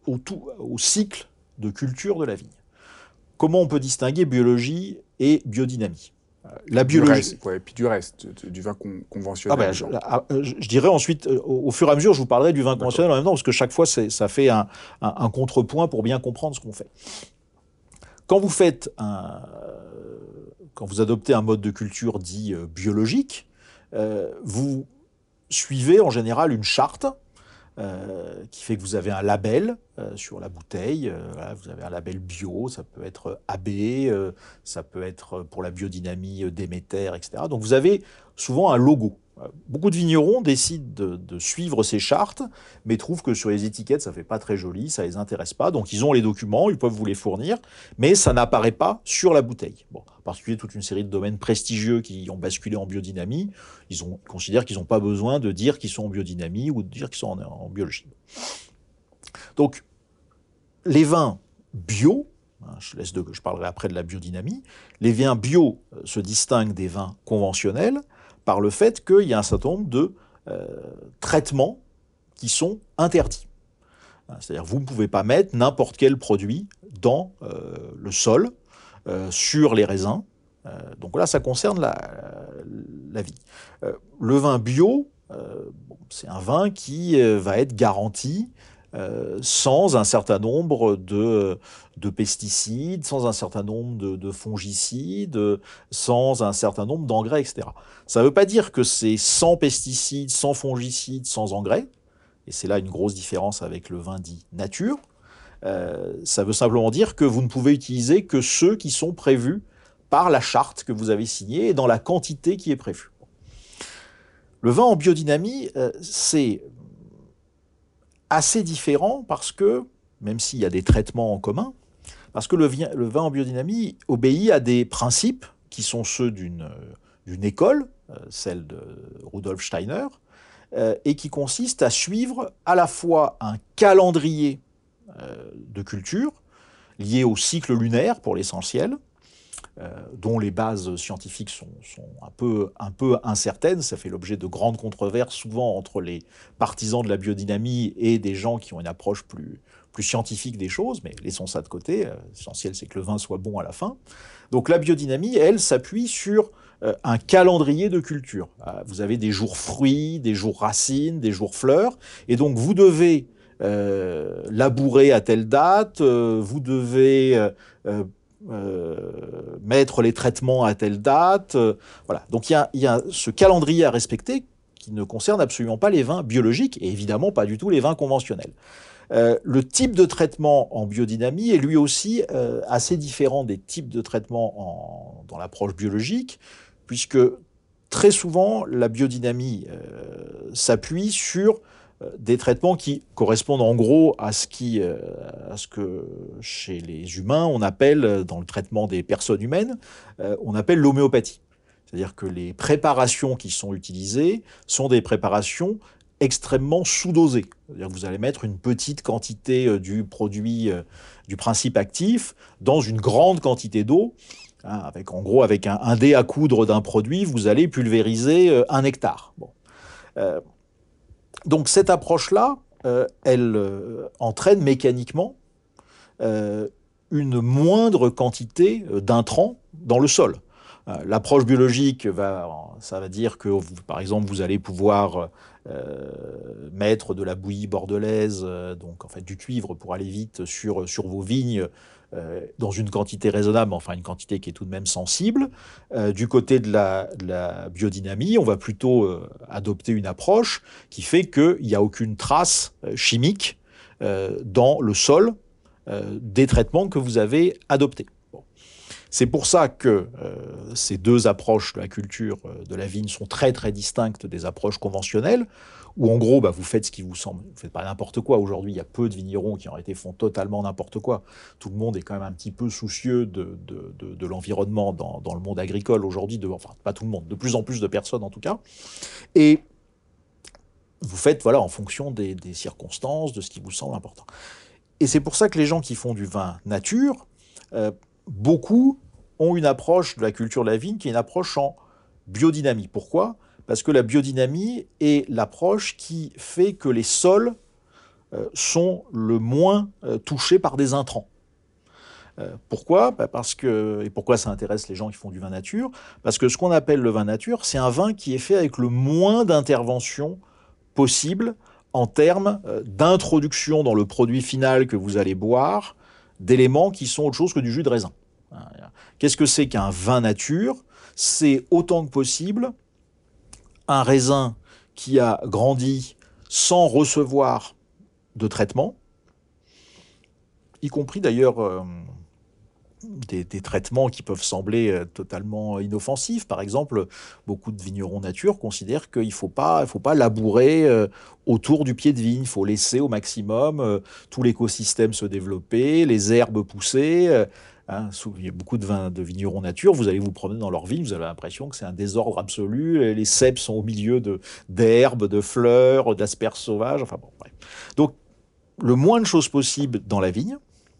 au, tout, au cycle de culture de la vigne. Comment on peut distinguer biologie et biodynamie ? La biologie. Du reste, quoi, et puis du reste, du vin con conventionnel. Ah ben, je, je, je dirais ensuite, au, au fur et à mesure, je vous parlerai du vin conventionnel en même temps, parce que chaque fois, ça fait un, un, un contrepoint pour bien comprendre ce qu'on fait. Quand vous faites un, quand vous adoptez un mode de culture dit euh, biologique, euh, vous suivez en général une charte euh, qui fait que vous avez un label euh, sur la bouteille. Euh, voilà, vous avez un label bio, ça peut être A B, euh, ça peut être pour la biodynamie euh, Déméter, et cetera. Donc vous avez souvent un logo. Beaucoup de vignerons décident de, de suivre ces chartes, mais trouvent que sur les étiquettes, ça ne fait pas très joli, ça ne les intéresse pas. Donc ils ont les documents, ils peuvent vous les fournir, mais ça n'apparaît pas sur la bouteille. Bon, en particulier toute une série de domaines prestigieux qui ont basculé en biodynamie, ils, ont, ils considèrent qu'ils n'ont pas besoin de dire qu'ils sont en biodynamie ou de dire qu'ils sont en, en biologie. Donc les vins bio, hein, je, laisse de, je parlerai après de la biodynamie, les vins bio se distinguent des vins conventionnels par le fait qu'il y a un certain nombre de euh, traitements qui sont interdits. C'est-à-dire vous ne pouvez pas mettre n'importe quel produit dans euh, le sol, euh, sur les raisins. Euh, donc là, ça concerne la, la vie. Euh, le vin bio, euh, bon, c'est un vin qui euh, va être garanti Euh, sans un certain nombre de, de pesticides, sans un certain nombre de, de fongicides, sans un certain nombre d'engrais, et cetera. Ça ne veut pas dire que c'est sans pesticides, sans fongicides, sans engrais, et c'est là une grosse différence avec le vin dit nature. Euh, ça veut simplement dire que vous ne pouvez utiliser que ceux qui sont prévus par la charte que vous avez signée et dans la quantité qui est prévue. Le vin en biodynamie, euh, c'est assez différent parce que, même s'il y a des traitements en commun, parce que le vin, le vin en biodynamie obéit à des principes qui sont ceux d'une d'une école, euh, celle de Rudolf Steiner, euh, et qui consiste à suivre à la fois un calendrier euh, de culture lié au cycle lunaire pour l'essentiel, Euh, dont les bases scientifiques sont, sont un, peu, un peu incertaines. Ça fait l'objet de grandes controverses, souvent entre les partisans de la biodynamie et des gens qui ont une approche plus, plus scientifique des choses, mais laissons ça de côté. Euh, l'essentiel, c'est que le vin soit bon à la fin. Donc la biodynamie, elle, s'appuie sur euh, un calendrier de culture. Euh, vous avez des jours fruits, des jours racines, des jours fleurs, et donc vous devez euh, labourer à telle date, euh, vous devez... Euh, Euh, mettre les traitements à telle date. Euh, voilà. Donc il y a, y a ce calendrier à respecter qui ne concerne absolument pas les vins biologiques et évidemment pas du tout les vins conventionnels. Euh, le type de traitement en biodynamie est lui aussi euh, assez différent des types de traitement en, dans l'approche biologique, puisque très souvent la biodynamie euh, s'appuie sur des traitements qui correspondent en gros à ce, qui, euh, à ce que chez les humains on appelle, dans le traitement des personnes humaines, euh, on appelle l'homéopathie. C'est-à-dire que les préparations qui sont utilisées sont des préparations extrêmement sous-dosées. C'est-à-dire que vous allez mettre une petite quantité euh, du produit, euh, du principe actif, dans une grande quantité d'eau. Hein, avec, en gros, avec un, un dé à coudre d'un produit, vous allez pulvériser euh, un hectare. Bon. Euh, Donc cette approche-là, euh, elle euh, entraîne mécaniquement euh, une moindre quantité d'intrants dans le sol. Euh, l'approche biologique, va, ça va dire que, vous, par exemple, vous allez pouvoir euh, mettre de la bouillie bordelaise, euh, donc en fait du cuivre pour aller vite sur, sur vos vignes, euh, dans une quantité raisonnable, enfin une quantité qui est tout de même sensible. Euh, du côté de la, de la biodynamie, on va plutôt euh, adopter une approche qui fait qu'il n'y a aucune trace euh, chimique euh, dans le sol euh, des traitements que vous avez adoptés. Bon. C'est pour ça que euh, ces deux approches de la culture euh, de la vigne sont très très distinctes des approches conventionnelles, où en gros, bah, vous faites ce qui vous semble. Vous ne faites pas n'importe quoi. Aujourd'hui, il y a peu de vignerons qui en réalité font totalement n'importe quoi. Tout le monde est quand même un petit peu soucieux de, de, de, de l'environnement dans, dans le monde agricole aujourd'hui. De, enfin, pas tout le monde, de plus en plus de personnes en tout cas. Et vous faites voilà, en fonction des, des circonstances, de ce qui vous semble important. Et c'est pour ça que les gens qui font du vin nature, euh, beaucoup ont une approche de la culture de la vigne qui est une approche en biodynamie. Pourquoi ? Parce que la biodynamie est l'approche qui fait que les sols euh, sont le moins euh, touchés par des intrants. Euh, pourquoi ? Bah parce que, et pourquoi ça intéresse les gens qui font du vin nature ? Parce que ce qu'on appelle le vin nature, c'est un vin qui est fait avec le moins d'intervention possible en termes euh, d'introduction dans le produit final que vous allez boire d'éléments qui sont autre chose que du jus de raisin. Qu'est-ce que c'est qu'un vin nature ? C'est autant que possible un raisin qui a grandi sans recevoir de traitement, y compris d'ailleurs euh, des, des traitements qui peuvent sembler euh, totalement inoffensifs. Par exemple, beaucoup de vignerons nature considèrent qu'il ne faut pas, il faut pas labourer euh, autour du pied de vigne. Il faut laisser au maximum euh, tout l'écosystème se développer, les herbes pousser. Euh, hein, il y a beaucoup de, vins, de vignerons nature, vous allez vous promener dans leur vigne, vous avez l'impression que c'est un désordre absolu. Les cèpes sont au milieu de, d'herbes, de fleurs, d'asperges sauvages. Enfin bon, bref. Donc, le moins de choses possible dans la vigne,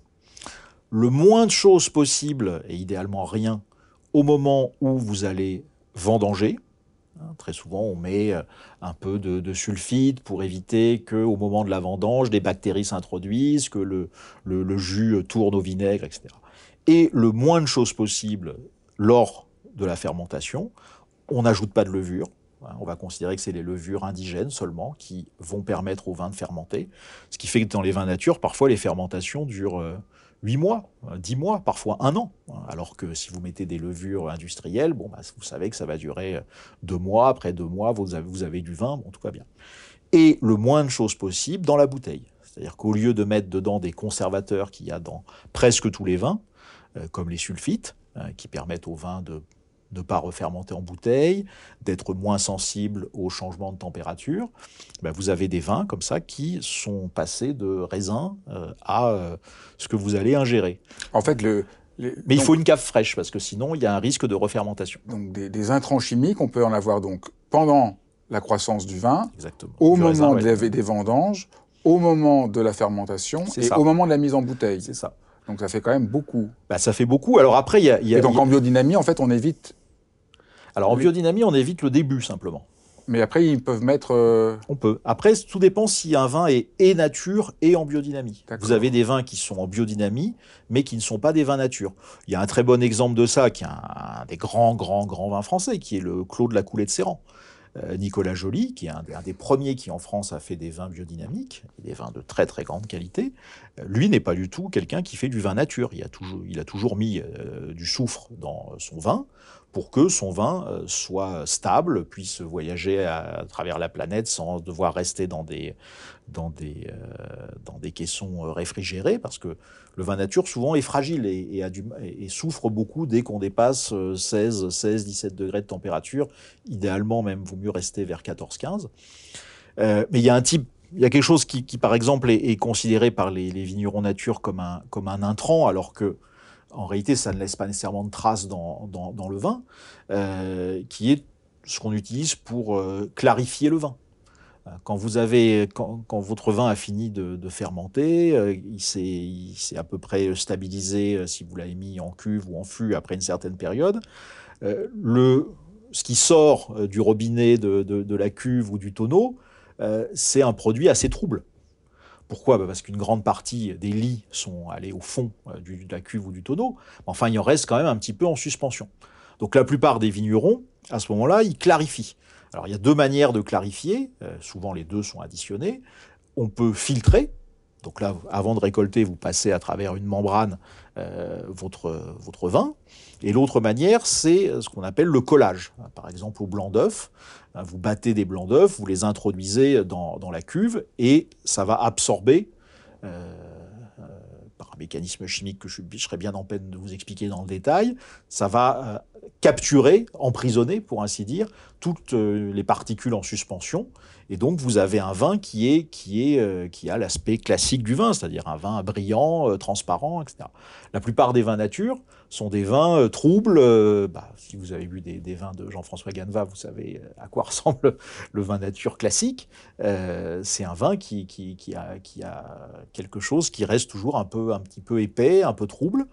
le moins de choses possible, et idéalement rien, au moment où vous allez vendanger. Très souvent, on met un peu de, de sulfite pour éviter qu'au moment de la vendange, des bactéries s'introduisent, que le, le, le jus tourne au vinaigre, et cetera. Et le moins de choses possible lors de la fermentation. On n'ajoute pas de levure. On va considérer que c'est les levures indigènes seulement qui vont permettre au vin de fermenter. Ce qui fait que dans les vins nature, parfois les fermentations durent huit mois, dix mois, parfois un an. Alors que si vous mettez des levures industrielles, bon, bah, vous savez que ça va durer deux mois, après deux mois, vous avez, vous avez du vin, bon, tout va bien. Et le moins de choses possible dans la bouteille. C'est-à-dire qu'au lieu de mettre dedans des conservateurs qu'il y a dans presque tous les vins, euh, comme les sulfites, euh, qui permettent au vin de ne pas refermenter en bouteille, d'être moins sensible aux changements de température, ben vous avez des vins comme ça qui sont passés de raisin euh, à euh, ce que vous allez ingérer. En fait, le, les, Mais donc, il faut une cave fraîche, parce que sinon, il y a un risque de refermentation. Donc des, des intrants chimiques, on peut en avoir donc pendant la croissance du vin, Exactement. au Du moment raisin, des, ouais. des vendanges, au moment de la fermentation C'est et ça. au moment de la mise en bouteille. C'est ça. Donc ça fait quand même beaucoup. Ben, ça fait beaucoup. Alors après, il y a... Y a et donc y a... en biodynamie, en fait, on évite... Alors en biodynamie, on évite le début, simplement. Mais après, ils peuvent mettre... Euh... On peut. Après, tout dépend si un vin est et nature et en biodynamie. Vous avez des vins qui sont en biodynamie, mais qui ne sont pas des vins nature. Il y a un très bon exemple de ça, qui est un, un des grands, grands, grands vins français, qui est le Clos de la Coulée de Séran. Euh, Nicolas Joly, qui est un, un des premiers qui en France a fait des vins biodynamiques, des vins de très très grande qualité, euh, lui n'est pas du tout quelqu'un qui fait du vin nature. Il a toujours, il a toujours mis euh, du soufre dans son vin, pour que son vin euh, soit stable, puisse voyager à, à travers la planète sans devoir rester dans des, dans des, euh, dans des caissons réfrigérés, parce que le vin nature souvent est fragile et, et, a du, et, et souffre beaucoup dès qu'on dépasse seize, seize, dix-sept degrés de température. Idéalement, même, vaut mieux rester vers quatorze, quinze. Euh, mais il y a un type, il y a quelque chose qui, qui par exemple, est, est considéré par les, les vignerons nature comme un, comme un intrant, alors que en réalité, ça ne laisse pas nécessairement de traces dans, dans, dans le vin, euh, qui est ce qu'on utilise pour euh, clarifier le vin. Quand, vous avez, quand, quand votre vin a fini de, de fermenter, euh, il, s'est, il s'est à peu près stabilisé euh, si vous l'avez mis en cuve ou en fût après une certaine période. Euh, le, ce qui sort euh, du robinet de, de, de la cuve ou du tonneau, euh, c'est un produit assez trouble. Pourquoi ? Parce qu'une grande partie des lits sont allés au fond du, de la cuve ou du tonneau. Enfin, il en reste quand même un petit peu en suspension. Donc la plupart des vignerons, à ce moment-là, ils clarifient. Alors il y a deux manières de clarifier. Euh, souvent, les deux sont additionnés. On peut filtrer. Donc là, avant de récolter, vous passez à travers une membrane euh, votre, votre vin. Et l'autre manière, c'est ce qu'on appelle le collage. Par exemple, au blanc d'œuf, vous battez des blancs d'œufs, vous les introduisez dans, dans la cuve et ça va absorber, euh, euh, par un mécanisme chimique que je, je serais bien en peine de vous expliquer dans le détail, ça va euh, capturer, emprisonner, pour ainsi dire, toutes euh, les particules en suspension. Et donc, vous avez un vin qui, est, qui, est, euh, qui a l'aspect classique du vin, c'est-à-dire un vin brillant, euh, transparent, et cetera. La plupart des vins nature sont des vins euh, troubles. Euh, bah, si vous avez bu des, des vins de Jean-François Ganeva, vous savez à quoi ressemble le vin nature classique. Euh, c'est un vin qui, qui, qui, a, qui a quelque chose qui reste toujours un, peu, un petit peu épais, un peu trouble.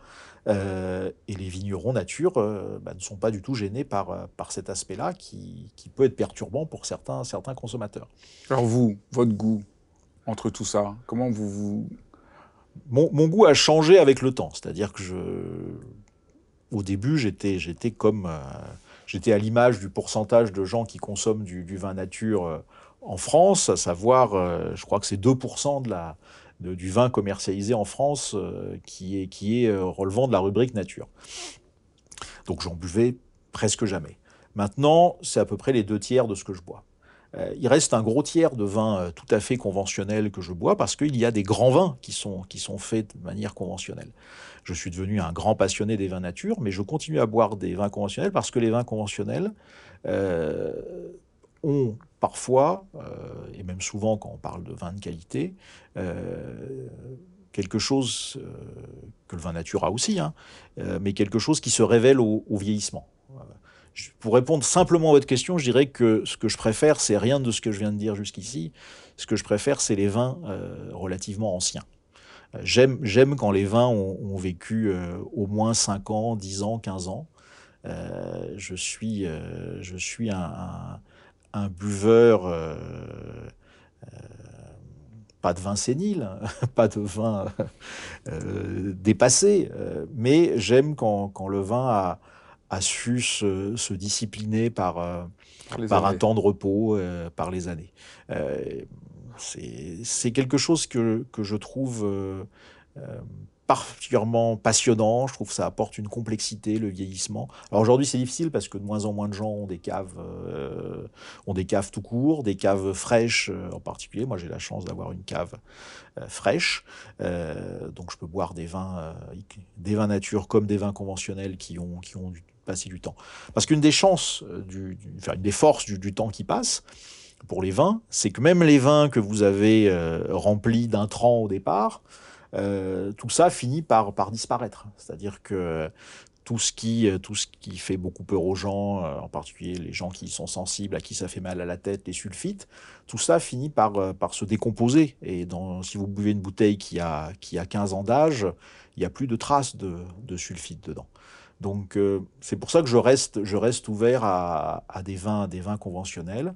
Euh, et les vignerons nature euh, bah, ne sont pas du tout gênés par, par cet aspect-là qui, qui peut être perturbant pour certains, certains consommateurs. Alors vous, votre goût, entre tout ça? Comment vous... vous... Mon, mon goût a changé avec le temps. C'est-à-dire que je, au début, j'étais, j'étais comme, euh, j'étais à l'image du pourcentage de gens qui consomment du, du vin nature euh, en France, à savoir, euh, je crois que c'est deux pour cent de la, de, du vin commercialisé en France euh, qui est, qui est euh, relevant de la rubrique nature. Donc j'en buvais presque jamais. Maintenant, c'est à peu près les deux tiers de ce que je bois. Euh, il reste un gros tiers de vins euh, tout à fait conventionnels que je bois parce qu'il y a des grands vins qui sont, qui sont faits de manière conventionnelle. Je suis devenu un grand passionné des vins nature, mais je continue à boire des vins conventionnels parce que les vins conventionnels euh, ont parfois, euh, et même souvent quand on parle de vins de qualité, euh, quelque chose euh, que le vin nature a aussi, hein, euh, mais quelque chose qui se révèle au, au vieillissement. Pour répondre simplement à votre question, je dirais que ce que je préfère, c'est rien de ce que je viens de dire jusqu'ici. Ce que je préfère, c'est les vins euh, relativement anciens. J'aime, j'aime quand les vins ont, ont vécu euh, au moins cinq ans, dix ans, quinze ans. Euh, je suis, euh, je suis un, un, un buveur, euh, euh, pas de vin sénile, pas de vin euh, dépassé, euh, mais j'aime quand, quand le vin a, a su se, se discipliner par, euh, par un temps de repos, euh, par les années. Euh, c'est, c'est quelque chose que, que je trouve euh, euh, particulièrement passionnant. Je trouve que ça apporte une complexité, le vieillissement. Alors aujourd'hui, c'est difficile parce que de moins en moins de gens ont des caves, euh, ont des caves tout court, des caves fraîches euh, en particulier. Moi, j'ai la chance d'avoir une cave euh, fraîche, euh, donc je peux boire des vins, euh, des vins nature comme des vins conventionnels qui ont, qui ont dû passer du temps. Parce qu'une des chances, du, du, enfin, une des forces du, du temps qui passe pour les vins, c'est que même les vins que vous avez euh, remplis d'intrants au départ, euh, tout ça finit par, par disparaître. C'est-à-dire que tout ce qui, tout ce qui fait beaucoup peur aux gens, en particulier les gens qui sont sensibles, à qui ça fait mal à la tête, les sulfites, tout ça finit par, par se décomposer. Et dans, si vous buvez une bouteille qui a, qui a quinze ans d'âge, il n'y a plus de traces de, de sulfite dedans. Donc euh, c'est pour ça que je reste, je reste ouvert à, à des vins, des vins conventionnels.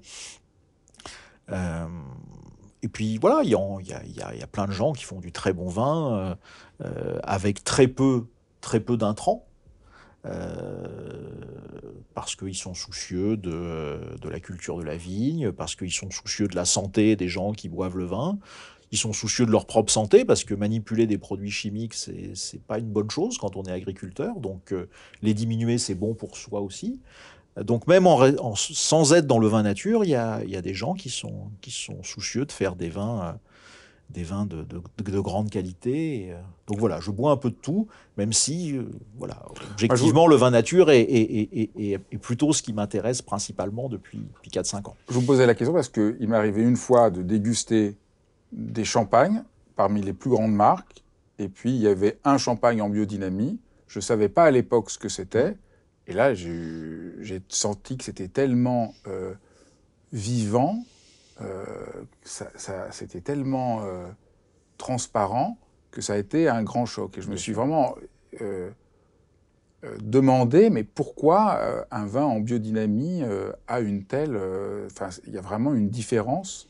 Euh, et puis voilà, il y, y, y, y a plein de gens qui font du très bon vin euh, euh, avec très peu, très peu d'intrants. Euh, parce qu'ils sont soucieux de, de la culture de la vigne, parce qu'ils sont soucieux de la santé des gens qui boivent le vin, ils sont soucieux de leur propre santé, parce que manipuler des produits chimiques, c'est, c'est pas une bonne chose quand on est agriculteur, donc euh, les diminuer, c'est bon pour soi aussi. Donc même en, en, sans être dans le vin nature, il y a, y a des gens qui sont, qui sont soucieux de faire des vins... Euh, des vins de, de, de grande qualité. Et, euh, donc voilà, je bois un peu de tout, même si, euh, voilà, objectivement, vous... le vin nature est, est, est, est, est plutôt ce qui m'intéresse principalement depuis, depuis quatre cinq ans. Je vous posais la question parce qu'il m'est arrivé une fois de déguster des champagnes parmi les plus grandes marques, et puis il y avait un champagne en biodynamie. Je ne savais pas à l'époque ce que c'était, et là, j'ai, j'ai senti que c'était tellement euh, vivant, Euh, ça, ça, c'était tellement euh, transparent que ça a été un grand choc. Et je me suis vraiment euh, euh, demandé, mais pourquoi euh, un vin en biodynamie euh, a une telle... Enfin, il y a vraiment une différence.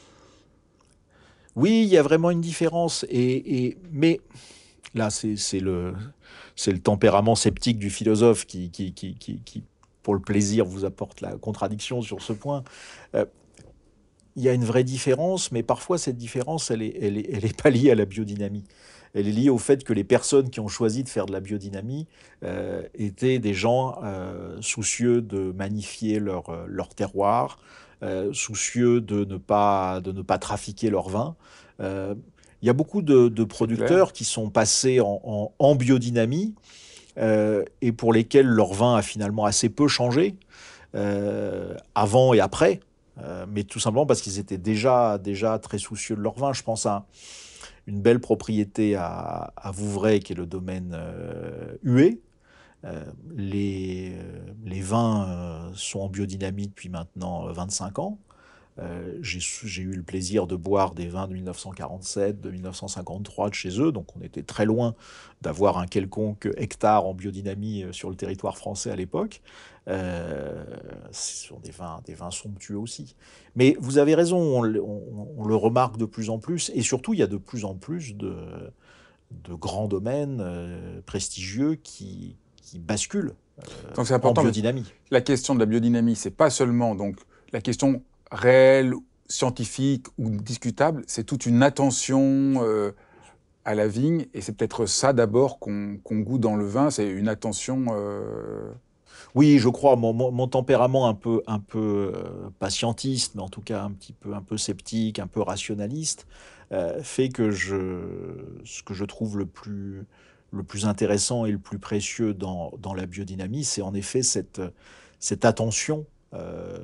Oui, il y a vraiment une différence. Et, et, mais là, c'est, c'est, le, c'est le tempérament sceptique du philosophe qui, qui, qui, qui, qui, pour le plaisir, vous apporte la contradiction sur ce point. Euh, Il y a une vraie différence, mais parfois cette différence, elle n'est elle est, elle est pas liée à la biodynamie. Elle est liée au fait que les personnes qui ont choisi de faire de la biodynamie euh, étaient des gens euh, soucieux de magnifier leur, leur terroir, euh, soucieux de ne pas, de ne pas trafiquer leur vin. Euh, il y a beaucoup de, de producteurs qui sont passés en, en, en biodynamie euh, et pour lesquels leur vin a finalement assez peu changé, euh, avant et après. Euh, mais tout simplement parce qu'ils étaient déjà, déjà très soucieux de leur vin. Je pense à une belle propriété à, à Vouvray, qui est le domaine euh, Huet. Euh, les, les vins euh, sont en biodynamie depuis maintenant vingt-cinq ans. Euh, j'ai, j'ai eu le plaisir de boire des vins de mille neuf cent quarante-sept, de mille neuf cent cinquante-trois de chez eux, donc on était très loin d'avoir un quelconque hectare en biodynamie sur le territoire français à l'époque. Euh, ce sont des vins, des vins somptueux aussi. Mais vous avez raison, on, on, on le remarque de plus en plus, et surtout il y a de plus en plus de, de grands domaines euh, prestigieux qui, qui basculent euh, donc c'est important, en biodynamie. La question de la biodynamie, c'est pas seulement donc la question réelle, scientifique ou discutable, c'est toute une attention euh, à la vigne, et c'est peut-être ça d'abord qu'on qu'on goûte dans le vin, c'est une attention. Euh... Oui, je crois, mon, mon, mon tempérament un peu, un peu euh, pas scientiste, mais en tout cas un petit peu, un peu sceptique, un peu rationaliste, euh, fait que je, ce que je trouve le plus, le plus intéressant et le plus précieux dans, dans la biodynamie, c'est en effet cette, cette attention euh,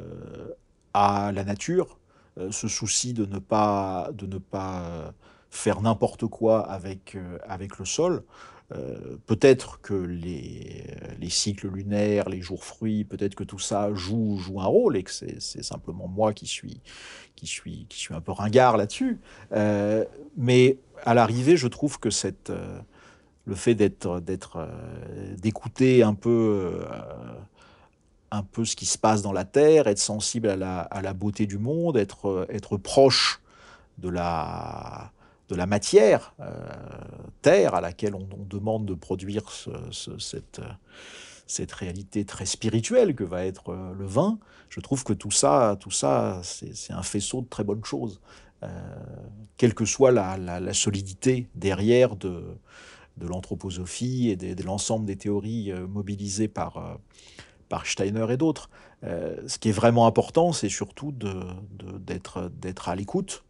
à la nature, euh, ce souci de ne pas, de ne pas euh, faire n'importe quoi avec, euh, avec le sol. Euh, peut-être que les, les cycles lunaires, les jours fruits, peut-être que tout ça joue, joue un rôle et que c'est, c'est simplement moi qui suis, qui suis, qui suis un peu ringard là-dessus. Euh, mais à l'arrivée, je trouve que cette, euh, le fait d'être, d'être, euh, d'écouter un peu, euh, un peu ce qui se passe dans la Terre, être sensible à la, à la beauté du monde, être, être proche de la, de la matière, euh, terre, à laquelle on, on demande de produire ce, ce, cette, cette réalité très spirituelle que va être euh, le vin. Je trouve que tout ça, tout ça c'est, c'est un faisceau de très bonnes choses. Euh, quelle que soit la, la, la solidité derrière de, de l'anthroposophie et de, de l'ensemble des théories euh, mobilisées par, euh, par Steiner et d'autres. Euh, ce qui est vraiment important, c'est surtout de, de, d'être, d'être à l'écoute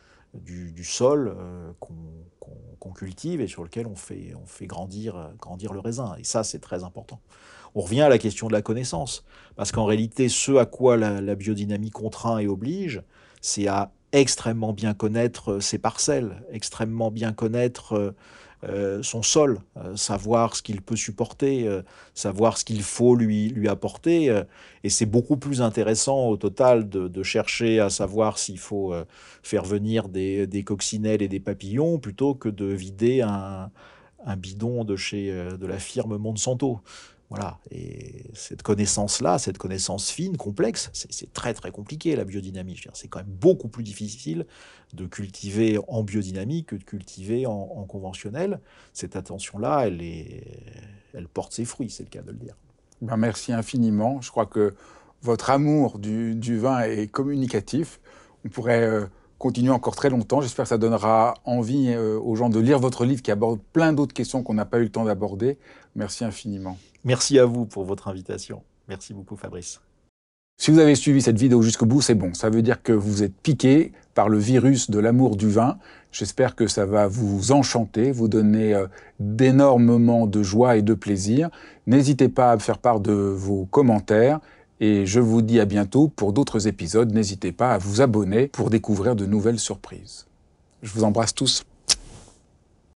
Du, du sol euh, qu'on, qu'on, qu'on cultive et sur lequel on fait, on fait grandir, grandir le raisin. Et ça, c'est très important. On revient à la question de la connaissance. Parce qu'en réalité, ce à quoi la, la biodynamie contraint et oblige, c'est à extrêmement bien connaître ses parcelles, extrêmement bien connaître euh, euh, son sol, euh, savoir ce qu'il peut supporter, euh, savoir ce qu'il faut lui, lui apporter. Euh, et c'est beaucoup plus intéressant au total de, de chercher à savoir s'il faut euh, faire venir des, des coccinelles et des papillons plutôt que de vider un, un bidon de, chez, euh, de la firme Monsanto. Voilà, et cette connaissance-là, cette connaissance fine, complexe, c'est, c'est très très compliqué la biodynamie. Je veux dire, c'est quand même beaucoup plus difficile de cultiver en biodynamie que de cultiver en, en conventionnel. Cette attention-là, elle, est, elle porte ses fruits, c'est le cas de le dire. Ben merci infiniment. Je crois que votre amour du, du vin est communicatif. On pourrait euh, continuer encore très longtemps. J'espère que ça donnera envie euh, aux gens de lire votre livre qui aborde plein d'autres questions qu'on n'a pas eu le temps d'aborder. Merci infiniment. Merci à vous pour votre invitation. Merci beaucoup, Fabrice. Si vous avez suivi cette vidéo jusqu'au bout, c'est bon. Ça veut dire que vous êtes piqué par le virus de l'amour du vin. J'espère que ça va vous enchanter, vous donner euh, d'énormément de joie et de plaisir. N'hésitez pas à me faire part de vos commentaires. Et je vous dis à bientôt pour d'autres épisodes. N'hésitez pas à vous abonner pour découvrir de nouvelles surprises. Je vous embrasse tous.